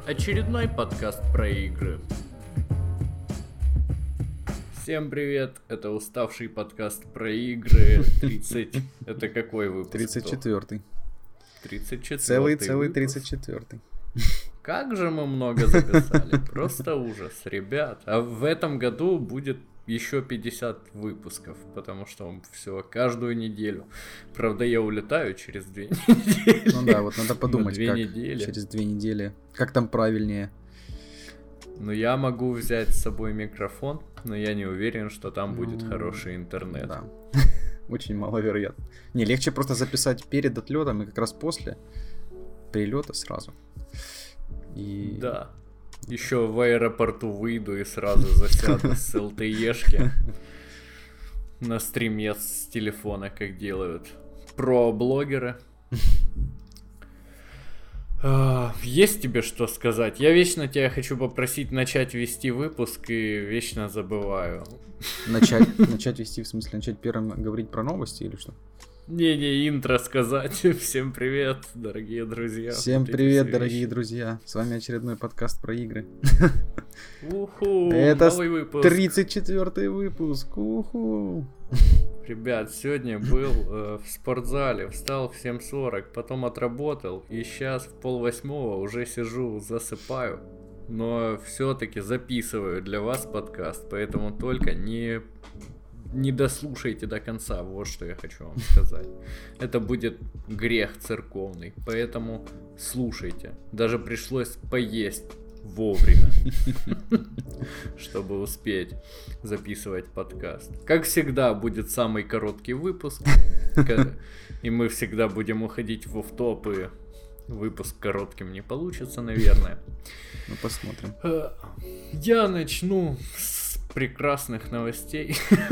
Очередной подкаст про игры. Всем привет, это уставший подкаст про игры 30... Это какой выпуск? 34-й. 34-й Целый выпуск. 34-й. Как же мы много записали, просто ужас, ребят. А в этом году будет еще 50 выпусков, потому что все каждую неделю. Правда, я улетаю через 2 недели. Ну да, вот надо подумать, как недели. через 2 недели. Как там правильнее? Ну, я могу взять с собой микрофон, но я не уверен, что там будет хороший интернет. Да. Очень маловероятно. Не, легче просто записать перед отлетом и как раз после прилета сразу. И... Да. Еще в аэропорту выйду и сразу засяду с ЛТЕшки на стриме с телефона, как делают про-блогеры. Есть тебе что сказать? Я вечно тебя хочу попросить начать вести выпуск и вечно забываю. Начать вести, в смысле, начать первым говорить про новости или что? Не интро сказать. Всем привет, дорогие друзья. Всем Вот привет, дорогие друзья. С вами очередной подкаст про игры. Уху, Это новый выпуск. 34-й выпуск. Уху. Ребят, сегодня был в спортзале, встал в 7:40, потом отработал, и сейчас в 7:30 уже сижу, засыпаю. Но все-таки записываю для вас подкаст, поэтому только не дослушайте до конца, вот что я хочу вам сказать. Это будет грех церковный, поэтому слушайте. Даже пришлось поесть вовремя, чтобы успеть записывать подкаст. Как всегда, будет самый короткий выпуск, и мы всегда будем уходить в офф-топ, и выпуск коротким не получится, наверное. Ну, посмотрим. Я начну с прекрасных новостей,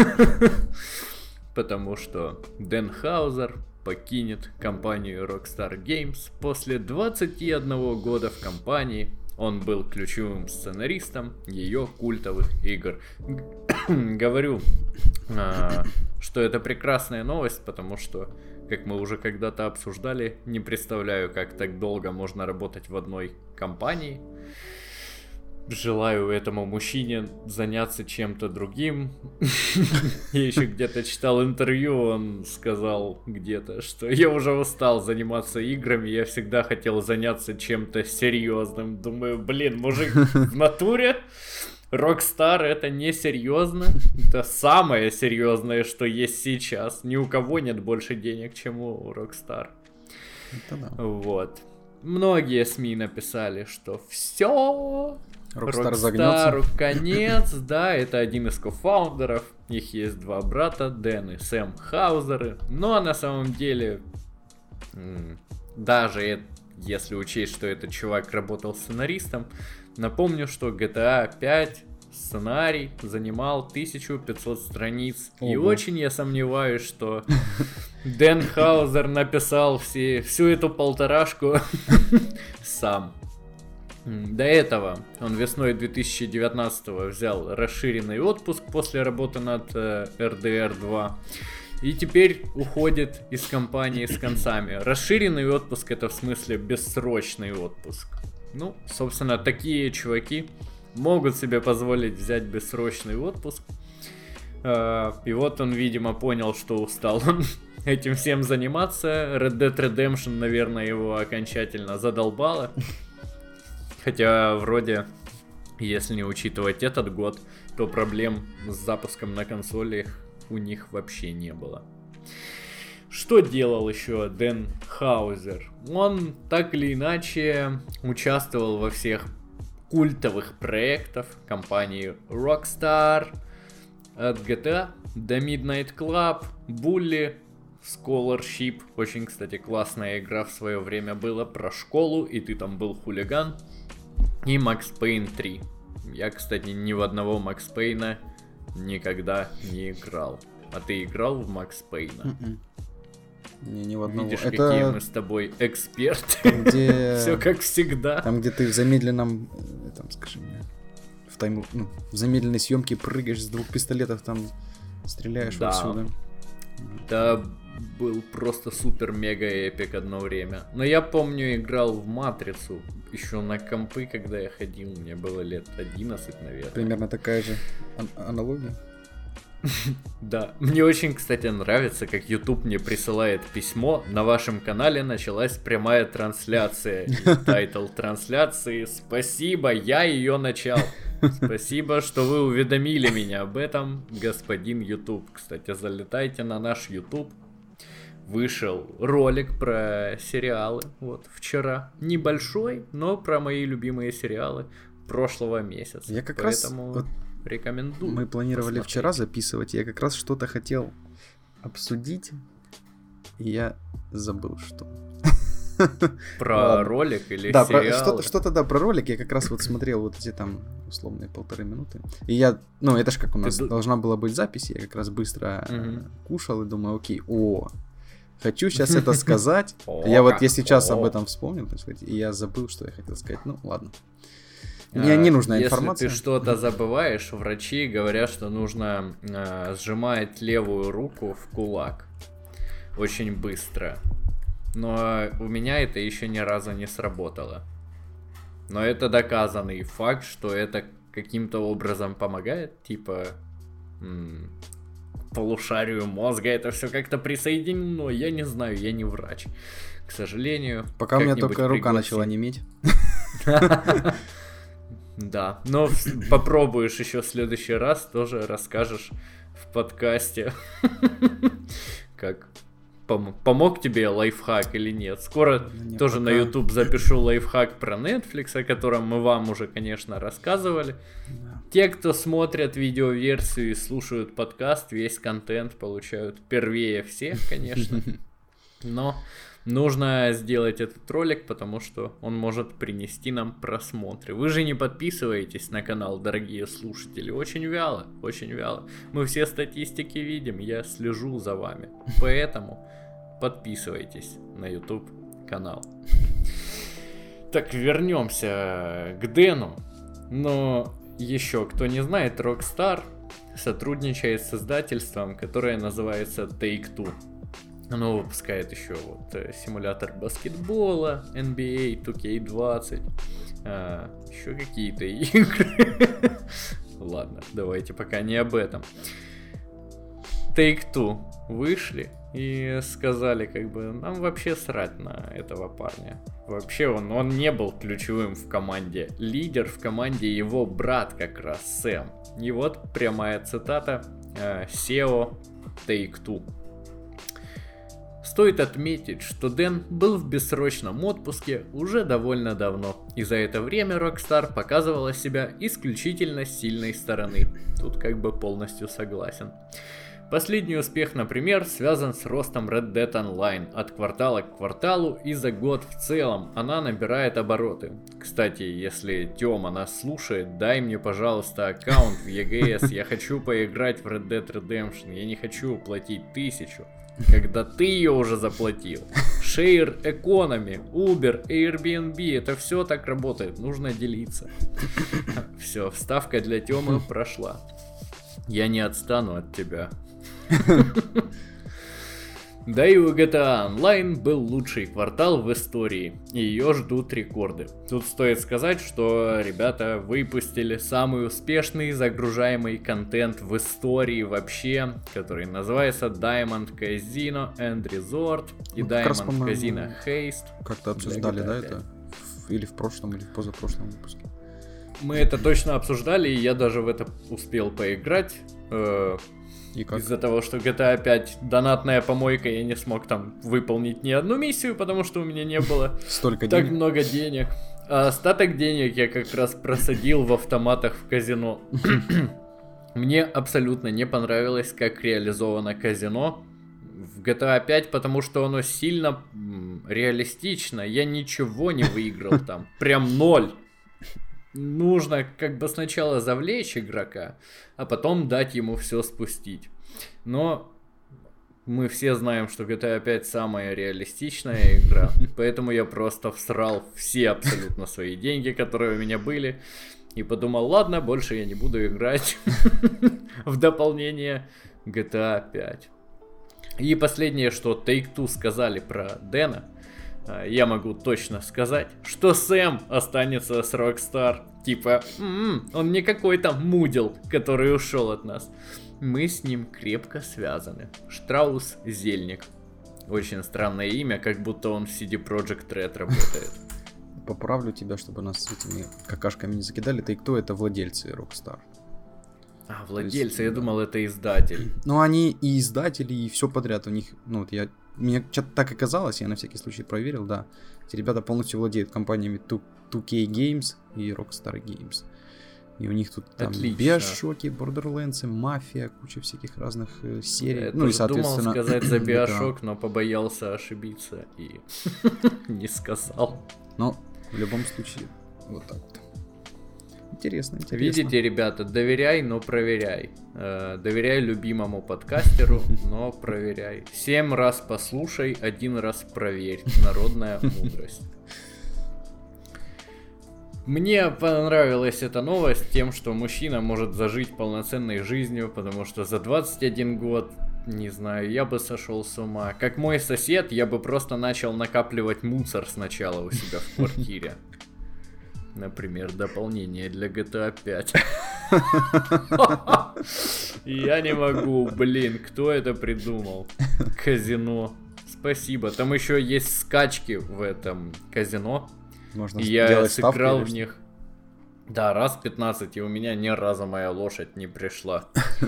потому что Дэн Хаузер покинет компанию Rockstar Games после 21 года в компании. Он был ключевым сценаристом ее культовых игр. Говорю, что это прекрасная новость, потому что, как мы уже когда-то обсуждали, не представляю, как так долго можно работать в одной компании. Желаю этому мужчине заняться чем-то другим. Я еще где-то читал интервью, он сказал где-то, что я уже устал заниматься играми, я всегда хотел заняться чем-то серьезным. Думаю, блин, мужик, в натуре? Rockstar это не серьезно. Это самое серьезное, что есть сейчас. Ни у кого нет больше денег, чем у Rockstar. Это да. Вот. Многие СМИ написали, что все... Rockstar загнется. Конец, да, это один из кофаундеров, их есть 2 брата, Дэн и Сэм Хаузеры, но на самом деле, даже если учесть, что этот чувак работал сценаристом, напомню, что GTA 5 сценарий занимал 1500 страниц, и очень я сомневаюсь, что Дэн Хаузер написал всю эту полторашку сам. До этого он весной 2019 взял расширенный отпуск после работы над RDR 2 и теперь уходит из компании с концами. Расширенный отпуск — это в смысле бессрочный отпуск. Ну, собственно, такие чуваки могут себе позволить взять бессрочный отпуск. И вот он, видимо, понял, что устал он этим всем заниматься. Red Dead Redemption, наверное, его окончательно задолбало. Хотя, вроде, если не учитывать этот год, то проблем с запуском на консолях у них вообще не было. Что делал еще Дэн Хаузер? Он так или иначе участвовал во всех культовых проектах компании Rockstar, от GTA до Midnight Club, Bully, Scholarship. Очень, кстати, классная игра в свое время была про школу, и ты там был хулиган. И Max Payne 3. Я, кстати, ни в одного Max Payne никогда не играл. А ты играл в Max Payne? Не в одного. Видишь, это... какие мы с тобой эксперты. Где... Все как всегда. Там, где ты в замедленном, там, скажи мне, в замедленной съемке прыгаешь с 2 пистолетов, там стреляешь да. вовсю, да? Да, был просто супер-мега-эпик одно время. Но я помню, играл в Матрицу еще на компы, когда я ходил, мне было лет 11, наверное. Примерно такая же аналогия. Да, мне очень, кстати, нравится, как YouTube мне присылает письмо. На вашем канале началась прямая трансляция. И тайтл трансляции: «Спасибо, я ее начал». Спасибо, что вы уведомили меня об этом, господин YouTube. Кстати, залетайте на наш YouTube. Вышел ролик про сериалы. Вот вчера. Небольшой, но про мои любимые сериалы прошлого месяца. Я как Поэтому раз... рекомендую. Мы планировали посмотреть. вчера записывать, я как раз что-то хотел обсудить, и я забыл, что. Про Ладно. ролик или Да, сериалы? что-то, да, про ролик. Я как раз вот смотрел вот эти там условные 1,5 минуты. И я, ну, это ж как у нас должна была быть запись, я как раз быстро кушал и думаю, окей, хочу сейчас это сказать. Я вот я сейчас об этом вспомнил, так сказать, и я забыл, что я хотел сказать. Ну, ладно. Мне не нужна информация. Если ты что-то забываешь, врачи говорят, что нужно сжимать левую руку в кулак очень быстро. Но у меня это еще ни разу не сработало. Но это доказанный факт, что это каким-то образом помогает, типа полушарию мозга это все как-то присоединено. Я не знаю, я не врач, к сожалению. Пока у меня только рука начала неметь. Да, но попробуешь еще в следующий раз, тоже расскажешь в подкасте, как помог тебе лайфхак или нет. Скоро тоже на YouTube запишу лайфхак про Netflix, о котором мы вам уже, конечно, рассказывали. Да. Те, кто смотрят видеоверсию и слушают подкаст, весь контент получают первее всех, конечно. Но нужно сделать этот ролик, потому что он может принести нам просмотры. Вы же не подписываетесь на канал, дорогие слушатели. Очень вяло, очень вяло. Мы все статистики видим, я слежу за вами. Поэтому подписывайтесь на YouTube канал. Так, вернемся к Дэну. Но еще, кто не знает, Rockstar сотрудничает с издательством, которое называется Take-Two. Оно выпускает еще вот симулятор баскетбола, NBA 2K20, еще какие-то игры. Ладно, давайте пока не об этом. Take-Two вышли и сказали, как бы, нам вообще срать на этого парня. Вообще он не был ключевым в команде. Лидер в команде его брат как раз, Сэм. И вот прямая цитата SEO Take-Two. Стоит отметить, что Дэн был в бессрочном отпуске уже довольно давно, и за это время Rockstar показывала себя исключительно с сильной стороны. Тут как бы полностью согласен. Последний успех, например, связан с ростом Red Dead Online. От квартала к кварталу и за год в целом она набирает обороты. Кстати, если Тёма нас слушает, дай мне, пожалуйста, аккаунт в EGS. Я хочу поиграть в Red Dead Redemption. Я не хочу платить 1000. Когда ты ее уже заплатил. Share Economy, Uber, Airbnb, это все так работает, нужно делиться. Все, вставка для Тёмы прошла. Я не отстану от тебя. Да и у GTA Online был лучший квартал в истории, и ее ждут рекорды. Тут стоит сказать, что ребята выпустили самый успешный загружаемый контент в истории вообще, который называется Diamond Casino and Resort и Diamond Casino Heist. Как-то обсуждали, да, это? Или в прошлом, или в позапрошлом выпуске. Мы это точно обсуждали, и я даже в это успел поиграть. Из-за того, что GTA 5 донатная помойка, я не смог там выполнить ни одну миссию, потому что у меня не было так много денег. А остаток денег я как раз просадил в автоматах в казино. Мне абсолютно не понравилось, как реализовано казино в GTA 5, потому что оно сильно реалистично. Я ничего не выиграл там. Прям 0. Нужно как бы сначала завлечь игрока, а потом дать ему все спустить. Но мы все знаем, что GTA 5 самая реалистичная игра, поэтому я просто всрал все абсолютно свои деньги, которые у меня были, и подумал, ладно, больше я не буду играть в дополнение GTA 5. И последнее, что Take-Two сказали про Дэна, я могу точно сказать, что Сэм останется с Rockstar. Типа, он не какой-то мудил, который ушел от нас. Мы с ним крепко связаны. Штраус Зельник. Очень странное имя, как будто он в CD Projekt Red работает. Поправлю тебя, чтобы нас с этими какашками не закидали. Take-Two — это владельцы Rockstar. А, владельцы, я думал, это издатель. Ну, они и издатели, и все подряд. У них, ну, вот мне что-то так и казалось, я на всякий случай проверил, да. Эти ребята полностью владеют компаниями 2K Games и Rockstar Games. И у них тут там Биошоки, Borderlands, Мафия, куча всяких разных серий. Я ну и, соответственно... думал сказать за Биошок, но побоялся ошибиться и не сказал. Но в любом случае, вот так вот. Интересно. Видите, ребята, доверяй, но проверяй. Доверяй любимому подкастеру, но проверяй. 7 раз послушай, 1 раз проверь. Народная мудрость. Мне понравилась эта новость тем, что мужчина может зажить полноценной жизнью, потому что за 21 год, не знаю, я бы сошел с ума. Как мой сосед, я бы просто начал накапливать мусор сначала у себя в квартире. Например, дополнение для GTA 5. Я не могу, блин, кто это придумал? Казино. Спасибо. Там еще есть скачки в этом казино. Можно и я сыграл в них. Да, раз 15, и у меня ни разу моя лошадь не пришла.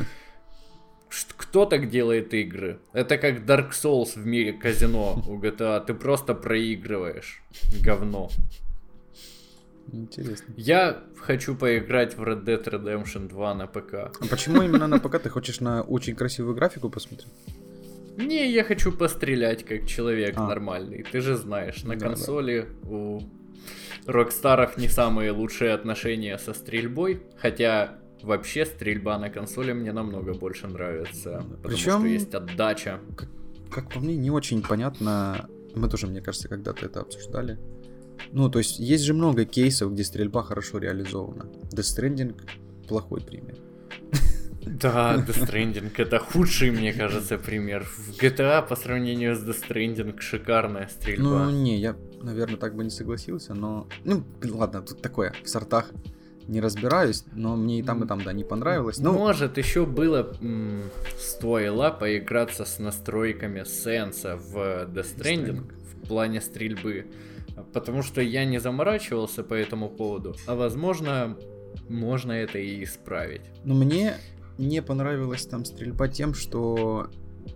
Кто так делает игры? Это как Dark Souls в мире казино у GTA. Ты просто проигрываешь. Говно. Интересно. Я хочу поиграть в Red Dead Redemption 2 на ПК. А почему именно на ПК? Ты хочешь на очень красивую графику посмотреть? Не, я хочу пострелять как человек нормальный. Ты же знаешь, на консоли у Рокстаров не самые лучшие отношения со стрельбой. Хотя вообще стрельба на консоли мне намного больше нравится. Потому что есть отдача. Как по мне, не очень понятно. Мы тоже, мне кажется, когда-то это обсуждали. Ну, то есть, есть же много кейсов, где стрельба хорошо реализована. Death Stranding — плохой пример. Да, Death Stranding — это худший, мне кажется, пример. В GTA по сравнению с Death Stranding шикарная стрельба. Ну, не, я, наверное, так бы не согласился, но... Ну, ладно, тут такое, в сортах не разбираюсь, но мне и там, да, не понравилось. Но... Может, еще было стоило поиграться с настройками сенса в Death Stranding в плане стрельбы. Потому что я не заморачивался по этому поводу, а возможно, можно это и исправить. Но мне не понравилась там стрельба тем, что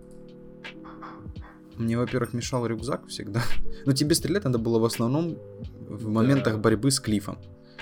мне, во-первых, мешал рюкзак всегда. Но тебе стрелять надо было в основном в моментах борьбы с Клиффом.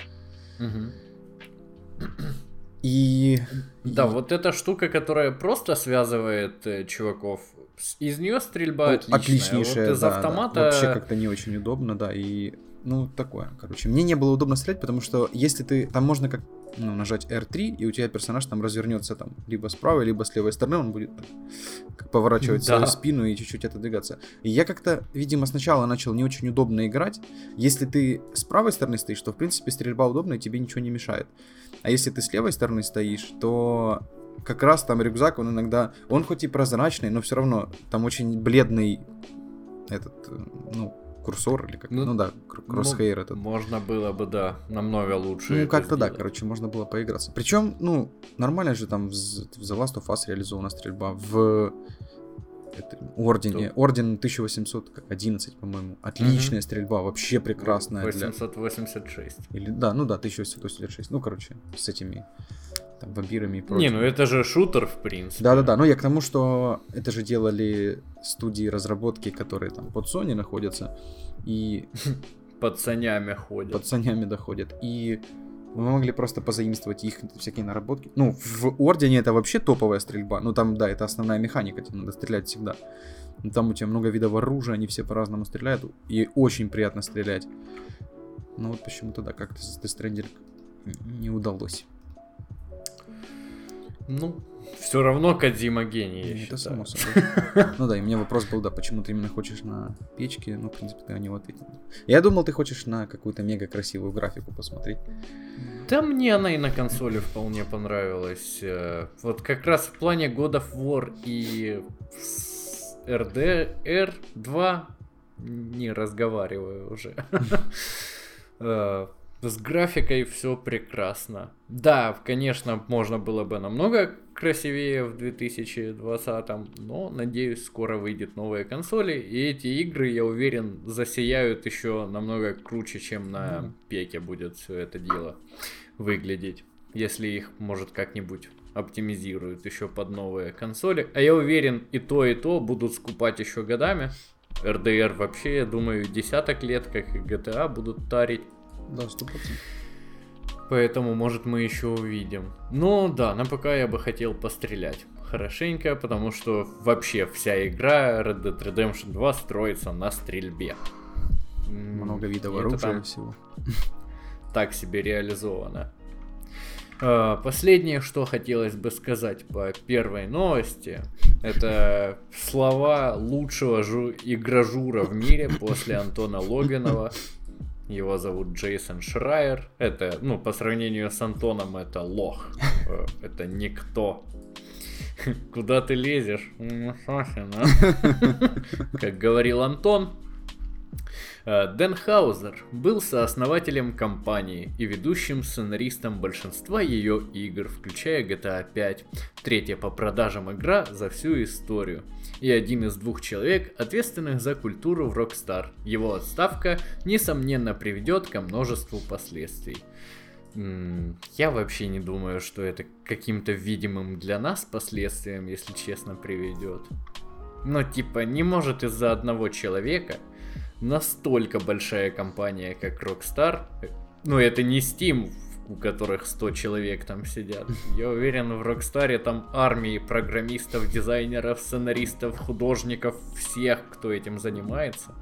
Да, вот эта штука, которая просто связывает чуваков, из нее стрельба отличнейшая. Вот из автомата... Да. Вообще как-то не очень удобно, да, и... Ну, такое, короче. Мне не было удобно стрелять, потому что если ты... Там можно как нажать R3, и у тебя персонаж там развернется там либо с правой, либо с левой стороны, он будет как поворачивать свою спину и чуть-чуть отодвигаться. И я как-то, видимо, сначала начал не очень удобно играть. Если ты с правой стороны стоишь, то, в принципе, стрельба удобная, тебе ничего не мешает. А если ты с левой стороны стоишь, то как раз там рюкзак, он иногда... Он хоть и прозрачный, но все равно там очень бледный этот, курсор или как, кроссхейр этот. Можно было бы, да, намного лучше. Ну, как-то да, короче, можно было поиграться. Причем, нормально же там в The Last of Us реализована стрельба. В Ордене. Орден 1811, по-моему. Отличная стрельба, вообще прекрасная. 886. Или, да, 1886. Ну, короче, с этими там вампирами и прочим. Не, это же шутер, в принципе. Да. Ну, я к тому, что это же делали студии разработки, которые там под Sony находятся. И... Под санями ходят. Под санями доходят. И мы могли просто позаимствовать их всякие наработки. Ну, в Ордене это вообще топовая стрельба. Ну, там, да, это основная механика, тебе надо стрелять всегда. Там у тебя много видов оружия, они все по-разному стреляют. И очень приятно стрелять. Но вот почему-то, да, как-то с Death Stranding не удалось. Ну, все равно Кодзима гений, я это считаю. само собой. Ну да, и у меня вопрос был, да, почему ты именно хочешь на печке, в принципе, ты на него ответил. Я думал, ты хочешь на какую-то мега красивую графику посмотреть. Да мне она и на консоли вполне понравилась. Вот как раз в плане God of War и RDR 2 не разговариваю уже. С графикой все прекрасно. Да, конечно, можно было бы намного красивее в 2020-м, но, надеюсь, скоро выйдет новые консоли, и эти игры, я уверен, засияют еще намного круче, чем на пеке будет все это дело выглядеть, если их, может, как-нибудь оптимизируют еще под новые консоли. А я уверен, и то будут скупать еще годами. RDR вообще, я думаю, десяток лет, как и GTA, будут тарить. Да, 100%. Поэтому, может, мы еще увидим. Но да, на ПК я бы хотел пострелять хорошенько, потому что вообще вся игра Red Dead Redemption 2 строится на стрельбе. Много видов оружия всего. Так себе реализовано. Последнее, что хотелось бы сказать по первой новости, это слова лучшего игражура в мире после Антона Логвинова. Его зовут Джейсон Шрайер. Это, по сравнению с Антоном, это лох. Это никто. Куда ты лезешь? Как говорил Антон, Дэн Хаузер был сооснователем компании и ведущим сценаристом большинства ее игр, включая GTA 5, третья по продажам игра за всю историю, и один из 2 человек, ответственных за культуру в Rockstar. Его отставка, несомненно, приведет ко множеству последствий. Я вообще не думаю, что это каким-то видимым для нас последствиям, если честно, приведет. Но не может из-за одного человека настолько большая компания, как Rockstar, это не Steam, у которых 100 человек там сидят. Я уверен, в Rockstar там армии программистов, дизайнеров, сценаристов, художников, всех, кто этим занимается.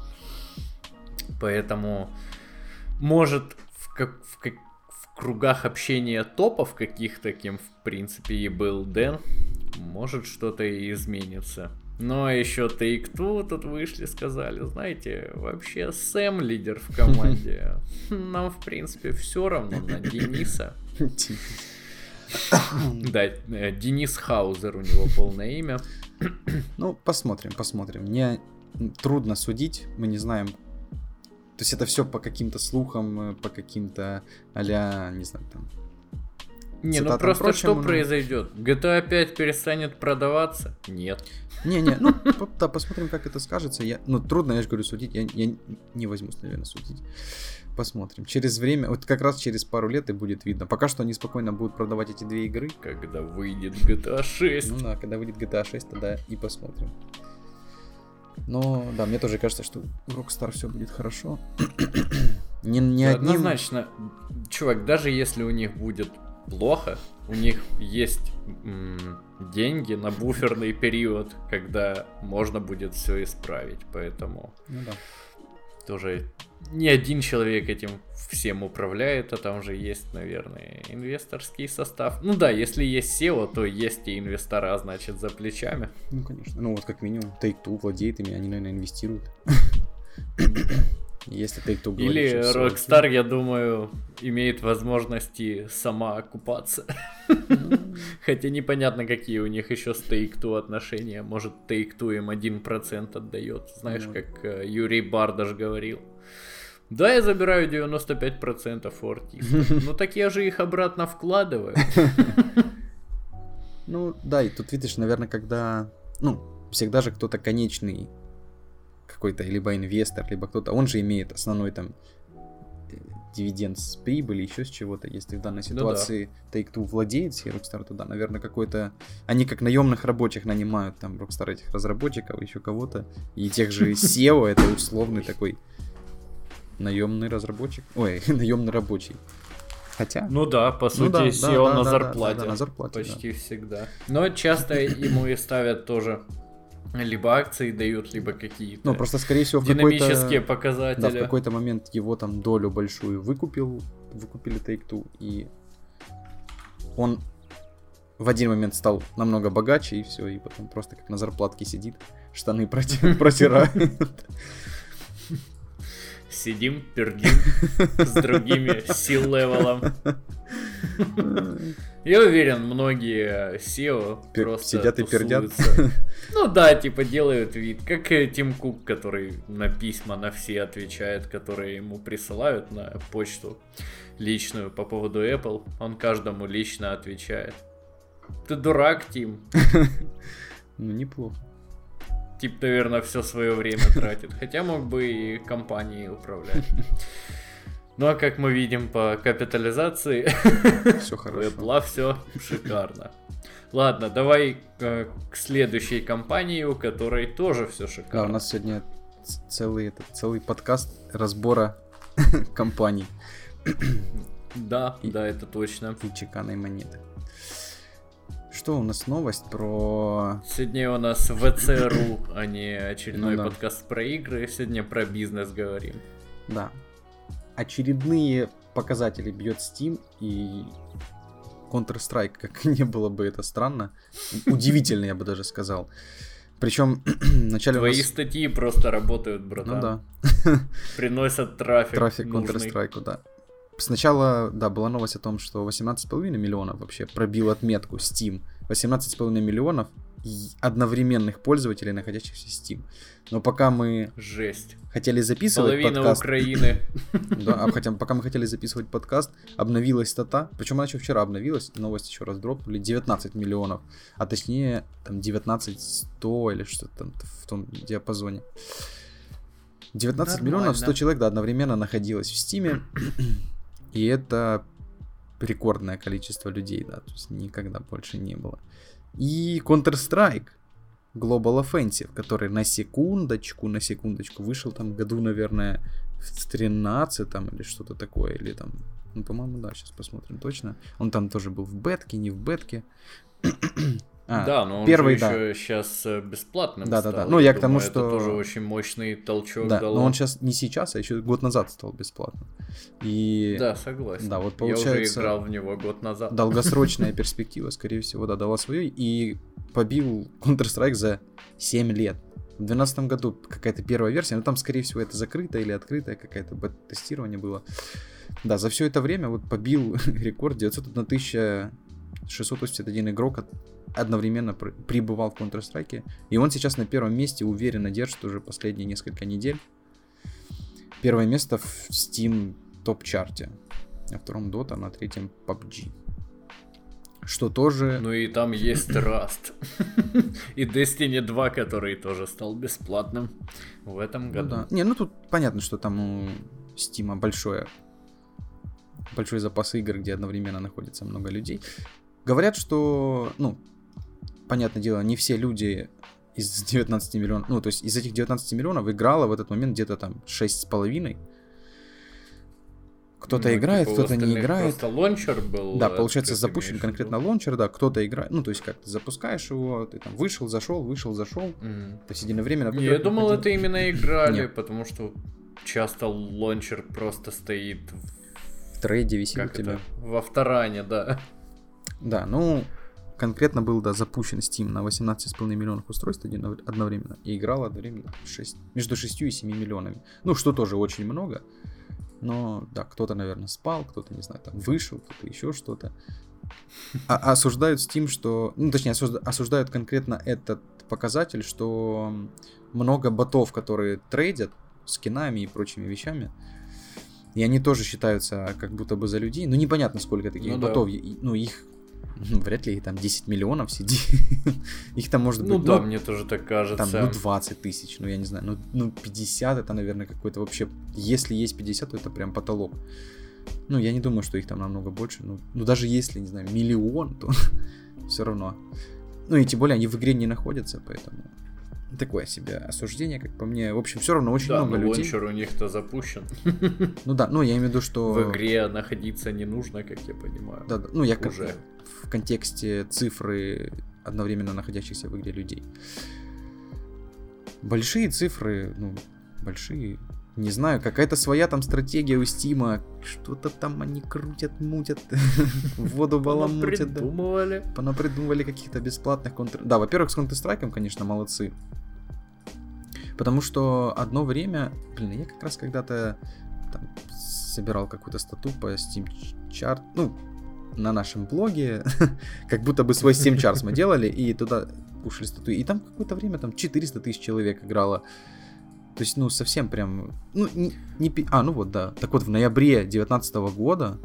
Поэтому, может, в кругах общения топов каких-то, кем в принципе и был Дэн, может что-то и изменится. Но еще Take-Two тут вышли, сказали, знаете, вообще Сэм лидер в команде. Нам, в принципе, все равно на Дениса. Да, Денис Хаузер у него полное имя. Посмотрим. Мне трудно судить, мы не знаем. То есть это все по каким-то слухам, по каким-то а-ля, не знаю, там. Не, просто прочим, что произойдет? GTA 5 перестанет продаваться? Нет. Да, посмотрим, как это скажется. Трудно, я же говорю, судить. Я не возьмусь, наверное, судить. Посмотрим. Через время, вот как раз через пару лет и будет видно. Пока что они спокойно будут продавать эти 2 игры. Когда выйдет GTA 6. Когда выйдет GTA 6, тогда и посмотрим. Но, да, мне тоже кажется, что у Rockstar все будет хорошо. Однозначно, чувак, даже если у них будет плохо, у них есть деньги на буферный период, когда можно будет все исправить, поэтому тоже не один человек этим всем управляет, а там же есть, наверное, инвесторский состав. Если есть SEO, то есть и инвестора, значит, за плечами. Конечно. Как минимум, Take-Two владеет ими, они, наверное, инвестируют. Если Take-Two говорит, или Rockstar, я думаю, имеет возможности сама окупаться. Хотя непонятно, какие у них еще с Take-Two отношения. Может, Take-Two им 1% отдает. Знаешь, как Юрий Бардаш говорил. Да, я забираю 95% у артистов. Так я же их обратно вкладываю. Да, и тут видишь, наверное, когда... всегда же кто-то конечный какой-то, либо инвестор, либо кто-то, он же имеет основной там дивиденд с прибыли, еще с чего-то. Если в данной ситуации Take-Two владеет всей Rockstar, то да, наверное, какой-то... Они как наемных рабочих нанимают, там, Rockstar этих разработчиков, еще кого-то. И тех же SEO, это условный такой наемный разработчик. Ой, наемный рабочий. Хотя... по сути, SEO на зарплате. Да, на зарплате. Почти всегда. Но часто ему и ставят тоже... Либо акции дают, либо какие-то просто, скорее всего, динамические показатели. Да, в какой-то момент его там долю большую выкупили Take-Two, и он в один момент стал намного богаче, и все, и потом просто как на зарплатке сидит, штаны протирает. Сидим, пердим с другими сил-левелом. Я уверен, многие SEO просто сидят и пердят. Ну да, типа делают вид, как Тим Кук, который на письма на все отвечает, которые ему присылают на почту личную по поводу Apple. Он каждому лично отвечает. Ты дурак, Тим. Ну, неплохо. Тип, наверное, все свое время тратит. Хотя мог бы и компанией управлять. Ну а как мы видим по капитализации, Все у хорошо. Apple все шикарно. Ладно, давай к следующей компании, у которой тоже все Да, у шикарно. нас сегодня целый подкаст разбора компаний. Да, это точно. И чеканной монеты. Что у нас новость про... Сегодня у нас ВЦРУ, а не очередной Ну да. подкаст про игры. Сегодня про бизнес говорим. Да. Очередные показатели бьет Steam и Counter-Strike, как не было бы это странно. Удивительно, я бы даже сказал. Причем вначале Твои статьи просто работают, братан. Ну да. Приносят трафик. Трафик нужный. Counter-Strike, да. Сначала, да, была новость о том, что 18,5 миллионов вообще пробил отметку Steam. 18,5 миллионов одновременных пользователей, находящихся в Steam. Но пока мы Жесть. хотели записывать Половина подкаст... Украины. Да, пока мы хотели записывать подкаст, обновилась стата. Причем она еще вчера обновилась, новость еще раз дропнули. 19 миллионов. А точнее, там 19,100 или что-то там в том диапазоне. 19 миллионов 100 человек, да, одновременно находилось в Steam. И это рекордное количество людей, да, то есть никогда больше не было. И Counter-Strike Global Offensive, который на секундочку вышел там году, наверное, в 13-м или что-то такое, или там, ну, по-моему, да, сейчас посмотрим точно. Он там тоже был в бетке, не в бетке. Да, но он первый, же еще сейчас бесплатным да, стал. да. Ну, я к тому, думаю, что... Это тоже очень мощный толчок Да, дало. но он сейчас не сейчас, а еще год назад стал бесплатным. И... Да, согласен. Да, вот Я получается... уже играл в него год назад. Долгосрочная перспектива, скорее всего, да, дала свое. И побил Counter-Strike за 7 лет. В 2012 году какая-то первая версия, но там, скорее всего, это закрытая или открытая какая-то бета-тестирование было. Да, за все это время вот побил рекорд 901 681 игрок одновременно пребывал в Counter-Strike. И он сейчас на первом месте уверенно держит уже последние несколько недель. Первое место в Steam топ-чарте. На втором Dota, на третьем PUBG. Что тоже... Ну и там есть Rust. И Destiny 2, который тоже стал бесплатным в этом году. Ну, да. Не, ну тут понятно, что там у Steam большой запас игр, где одновременно находится много людей. Говорят, что, ну, понятное дело, не все люди из 19 миллионов, ну, то есть из этих 19 миллионов играло в этот момент где-то там 6,5. Кто-то играет, типа кто-то не играет. Просто лончер был. Да, получается, запущен конкретно лончер, да, кто-то играет, ну, то есть как ты запускаешь его, ты там вышел, зашел. Повседневное время, например. Я думал, это именно играли, Нет. потому что часто лончер просто стоит В трейде висит у как тебя. это? В авторане, да. Да, ну, конкретно был, да, запущен Steam на 18,5 миллионов устройств одновременно. И играл одновременно между 6 и 7 миллионами. Ну, что тоже очень много. Но, да, кто-то, наверное, спал, кто-то, не знаю, там вышел, кто-то еще что-то. А осуждают Steam, что... Ну, точнее, осуждают конкретно этот показатель, что много ботов, которые трейдят скинами и прочими вещами, и они тоже считаются как будто бы за людей. Ну, непонятно, сколько таких ботов. Да. Ну, их... вряд ли там 10 миллионов сидит. Их там может быть... Ну да, мне тоже так кажется. Там, 20 тысяч, я не знаю. 50 это, наверное, какой-то вообще... Если есть 50, то это прям потолок. Ну, я не думаю, что их там намного больше. Ну даже если, не знаю, миллион, то все равно. Ну, и тем более они в игре не находятся, поэтому... Такое себе осуждение, как по мне. В общем, все равно очень много людей. Да, лончер у них-то запущен. Ну да, я имею в виду, что... В игре находиться не нужно, как я понимаю. Да, ну я уже в контексте цифры одновременно находящихся в игре людей. Большие цифры, большие... Не знаю, какая-то своя там стратегия у Стима. Что-то там они крутят, мутят, воду баламутят. Понапридумывали каких-то бесплатных Да, во-первых, с Counter-Strike, конечно, молодцы. Потому что одно время... я как раз когда-то там собирал какую-то стату по Steam Chart. на нашем блоге, как будто бы свой Steam Charts мы делали, и туда пушили статуи. И там какое-то время там 400 тысяч человек играло. То есть, ну, совсем прям... Ну, ну вот, да. Так вот, в ноябре 2019 года...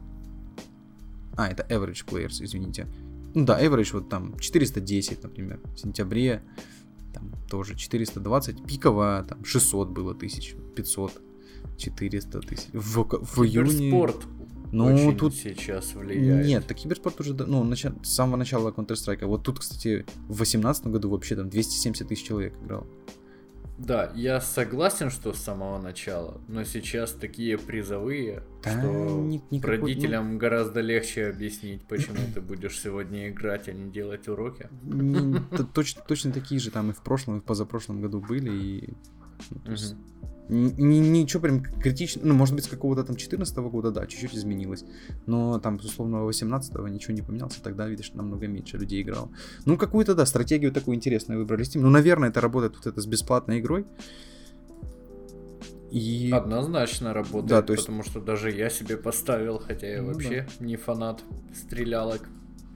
это average players, извините. Ну да, average вот там 410, например. В сентябре там тоже 420. Пиковая там 600 было тысяч, 500, 400 тысяч. В июне... Киберспорт очень тут сейчас влияет. Нет, так киберспорт уже, ну, с самого начала Counter-Strike. Вот тут, кстати, в 2018 году вообще там 270 тысяч человек играл. Да, я согласен, что с самого начала, но сейчас такие призовые, что родителям гораздо легче объяснить, почему ты будешь сегодня играть, а не делать уроки. Точно такие же там и в прошлом, и в позапрошлом году были, и... Ничего прям критичного, ну, может быть, с какого-то там 2014 года, да, чуть-чуть изменилось, но там, с условного 18-го ничего не поменялся, тогда, видишь, намного меньше людей играло. Ну, какую-то, да, стратегию такую интересную выбрали Steam, ну, наверное, это работает вот это с бесплатной игрой. И... Однозначно работает, да, то есть... потому что даже я себе поставил, хотя я вообще не фанат стрелялок,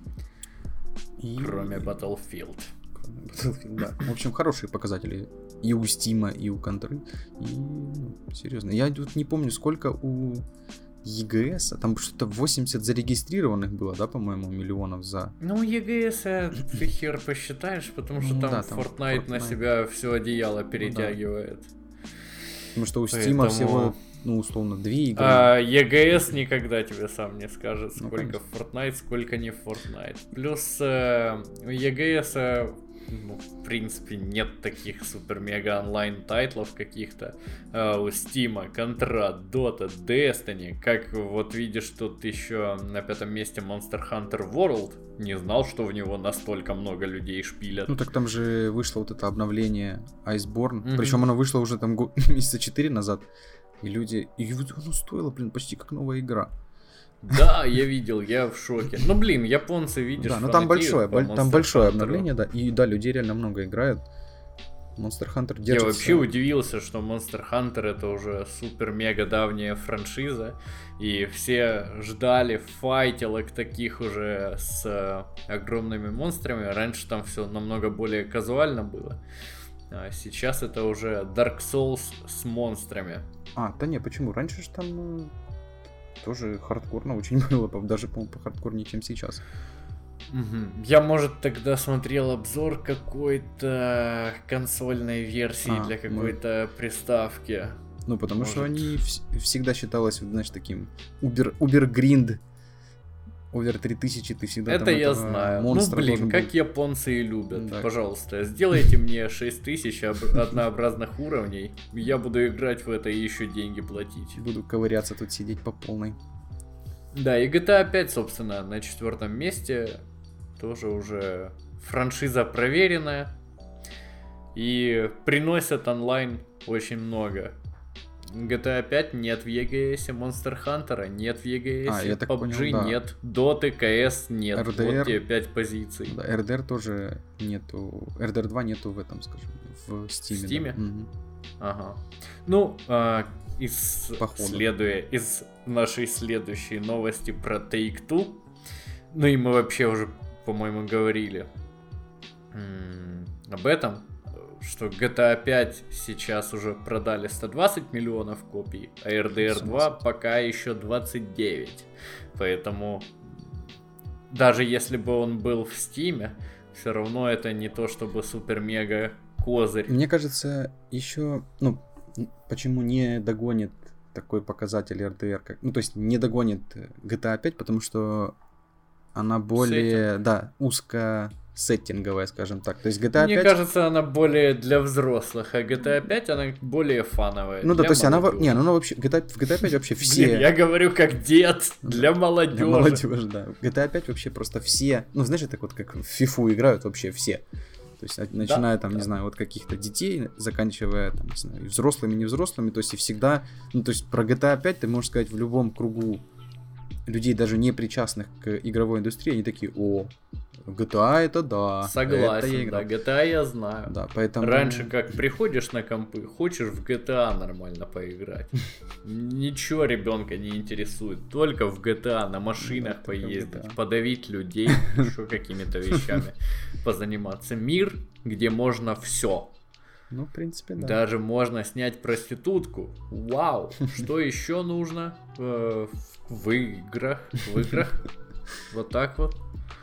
кроме Battlefield. Да. В общем, хорошие показатели и у Steam, и у Контры. И, ну, серьезно. Я тут не помню, сколько у EGS. Там что-то 80 зарегистрированных было, да, по-моему, миллионов за... Ну, у EGS ты хер посчитаешь, потому что там Fortnite на себя все одеяло перетягивает. Потому что у Steam всего... Ну, условно, 2 игры. EGS никогда тебе сам не скажет, сколько Fortnite, сколько не Fortnite. Плюс у EGS, ну, в принципе, нет таких супер-мега онлайн тайтлов каких-то. У Steam, Contra, Dota, Destiny. Как вот видишь, тут еще на 5-м месте Monster Hunter World. Не знал, что в него настолько много людей шпилят. Ну так там же вышло вот это обновление Iceborne. Причем оно вышло уже там месяца 4 назад. И люди... И оно стоило, блин, почти как новая игра. Да, я видел, я в шоке. Ну, блин, японцы, видишь, да, но там большое обновление, да. И да, людей реально много играют. Monster Hunter держится... Я вообще удивился, что Monster Hunter это уже супер-мега давняя франшиза. И все ждали файтилок таких уже с огромными монстрами. Раньше там все намного более казуально было. А сейчас это уже Dark Souls с монстрами. Да не, почему? Раньше же там тоже хардкорно очень было, даже, по-моему, похардкорнее, чем сейчас. Я, может, тогда смотрел обзор какой-то консольной версии для какой-то приставки. Ну, потому что они всегда считалось, знаешь, таким убер-гринд. Овер 3000 ты всегда это я знаю. Ну, блин, как японцы и любят. Да. Пожалуйста, сделайте мне 6000 однообразных уровней. Я буду играть в это и еще деньги платить. Буду ковыряться тут, сидеть по полной. Да, и GTA 5, собственно, на 4-м месте. Тоже уже франшиза проверенная. И приносят онлайн очень много. GTA 5 нет в EGS, Monster Hunter нет в EGS, PUBG нет, Dota, CS нет. RDR, вот тебе 5 позиций. Да, RDR тоже нету, RDR 2 нету в этом, скажем, в Steam. В Steam? Да. Угу. Ага. Ну, следуя из нашей следующей новости про Take-Two, ну и мы вообще уже, по-моему, говорили об этом, что GTA 5 сейчас уже продали 120 миллионов копий, а RDR 2 пока еще 29. Поэтому даже если бы он был в Steam, все равно это не то чтобы супер-мега козырь. Мне кажется, еще, ну, почему не догонит такой показатель RDR, как, ну, то есть не догонит GTA 5, потому что она более, узкосеттинговая, скажем так. То есть GTA 5... Мне кажется, она более для взрослых, а GTA 5 она более фановая. Ну да, то есть она вообще... в GTA 5 вообще все... Блин, я говорю как дед, для молодежи. Для молодежи, да. В GTA 5 вообще просто все... Ну, знаешь, так вот как в FIFA играют вообще все. То есть, начиная не знаю, вот каких-то детей, заканчивая, там, не знаю, взрослыми, невзрослыми, то есть, и всегда... Ну, то есть, про GTA 5 ты можешь сказать в любом кругу людей, даже не причастных к игровой индустрии, они такие: о, GTA это да. Согласен, да, GTA я знаю. Да, поэтому... Раньше как приходишь на компы, хочешь в GTA нормально поиграть. Ничего ребенка не интересует, только в GTA на машинах поездить, подавить людей, еще какими-то вещами позаниматься. Мир, где можно все. Ну, в принципе, да. Даже можно снять проститутку. Вау! Что еще нужно в играх? Вот так вот.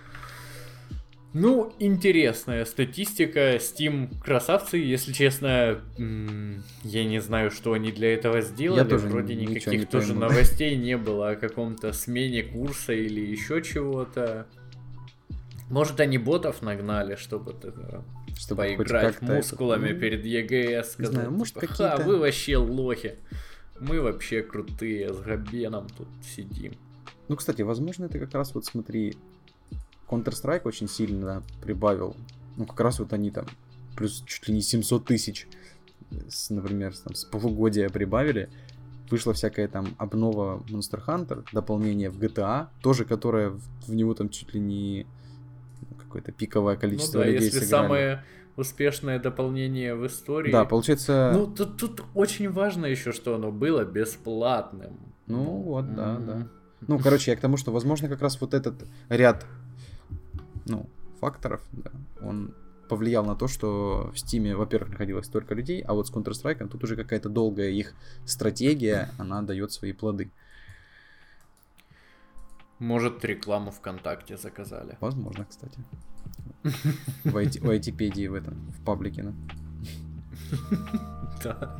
Ну, интересная статистика. Steam красавцы, если честно, я не знаю, что они для этого сделали. Я тоже вроде никаких не тоже пойму. новостей не было о каком-то смене курса или еще чего-то. Может, они ботов нагнали, чтобы поиграть мускулами перед ЕГЭ, сказать, знаю, может, типа, какие-то... вы вообще лохи. Мы вообще крутые, с Габеном тут сидим. Ну, кстати, возможно, это как раз вот смотри, Counter-Strike очень сильно прибавил. Ну, как раз вот они там плюс чуть ли не 700 тысяч, например, там, с полугодия прибавили. Вышла всякая там обнова Monster Hunter, дополнение в GTA, тоже которое в него там чуть ли не какое-то пиковое количество людей если сыграли. Самое успешное дополнение в истории. Да, получается... Ну, тут очень важно еще, что оно было бесплатным. Ну, вот, да. Ну, короче, я к тому, что, возможно, как раз вот этот ряд, факторов, да, он повлиял на то, что в Steam, во-первых, находилось столько людей, а вот с Counter-Strike тут уже какая-то долгая их стратегия, она дает свои плоды. Может, рекламу ВКонтакте заказали. Возможно, кстати. В айтипедии в паблике, да. Да.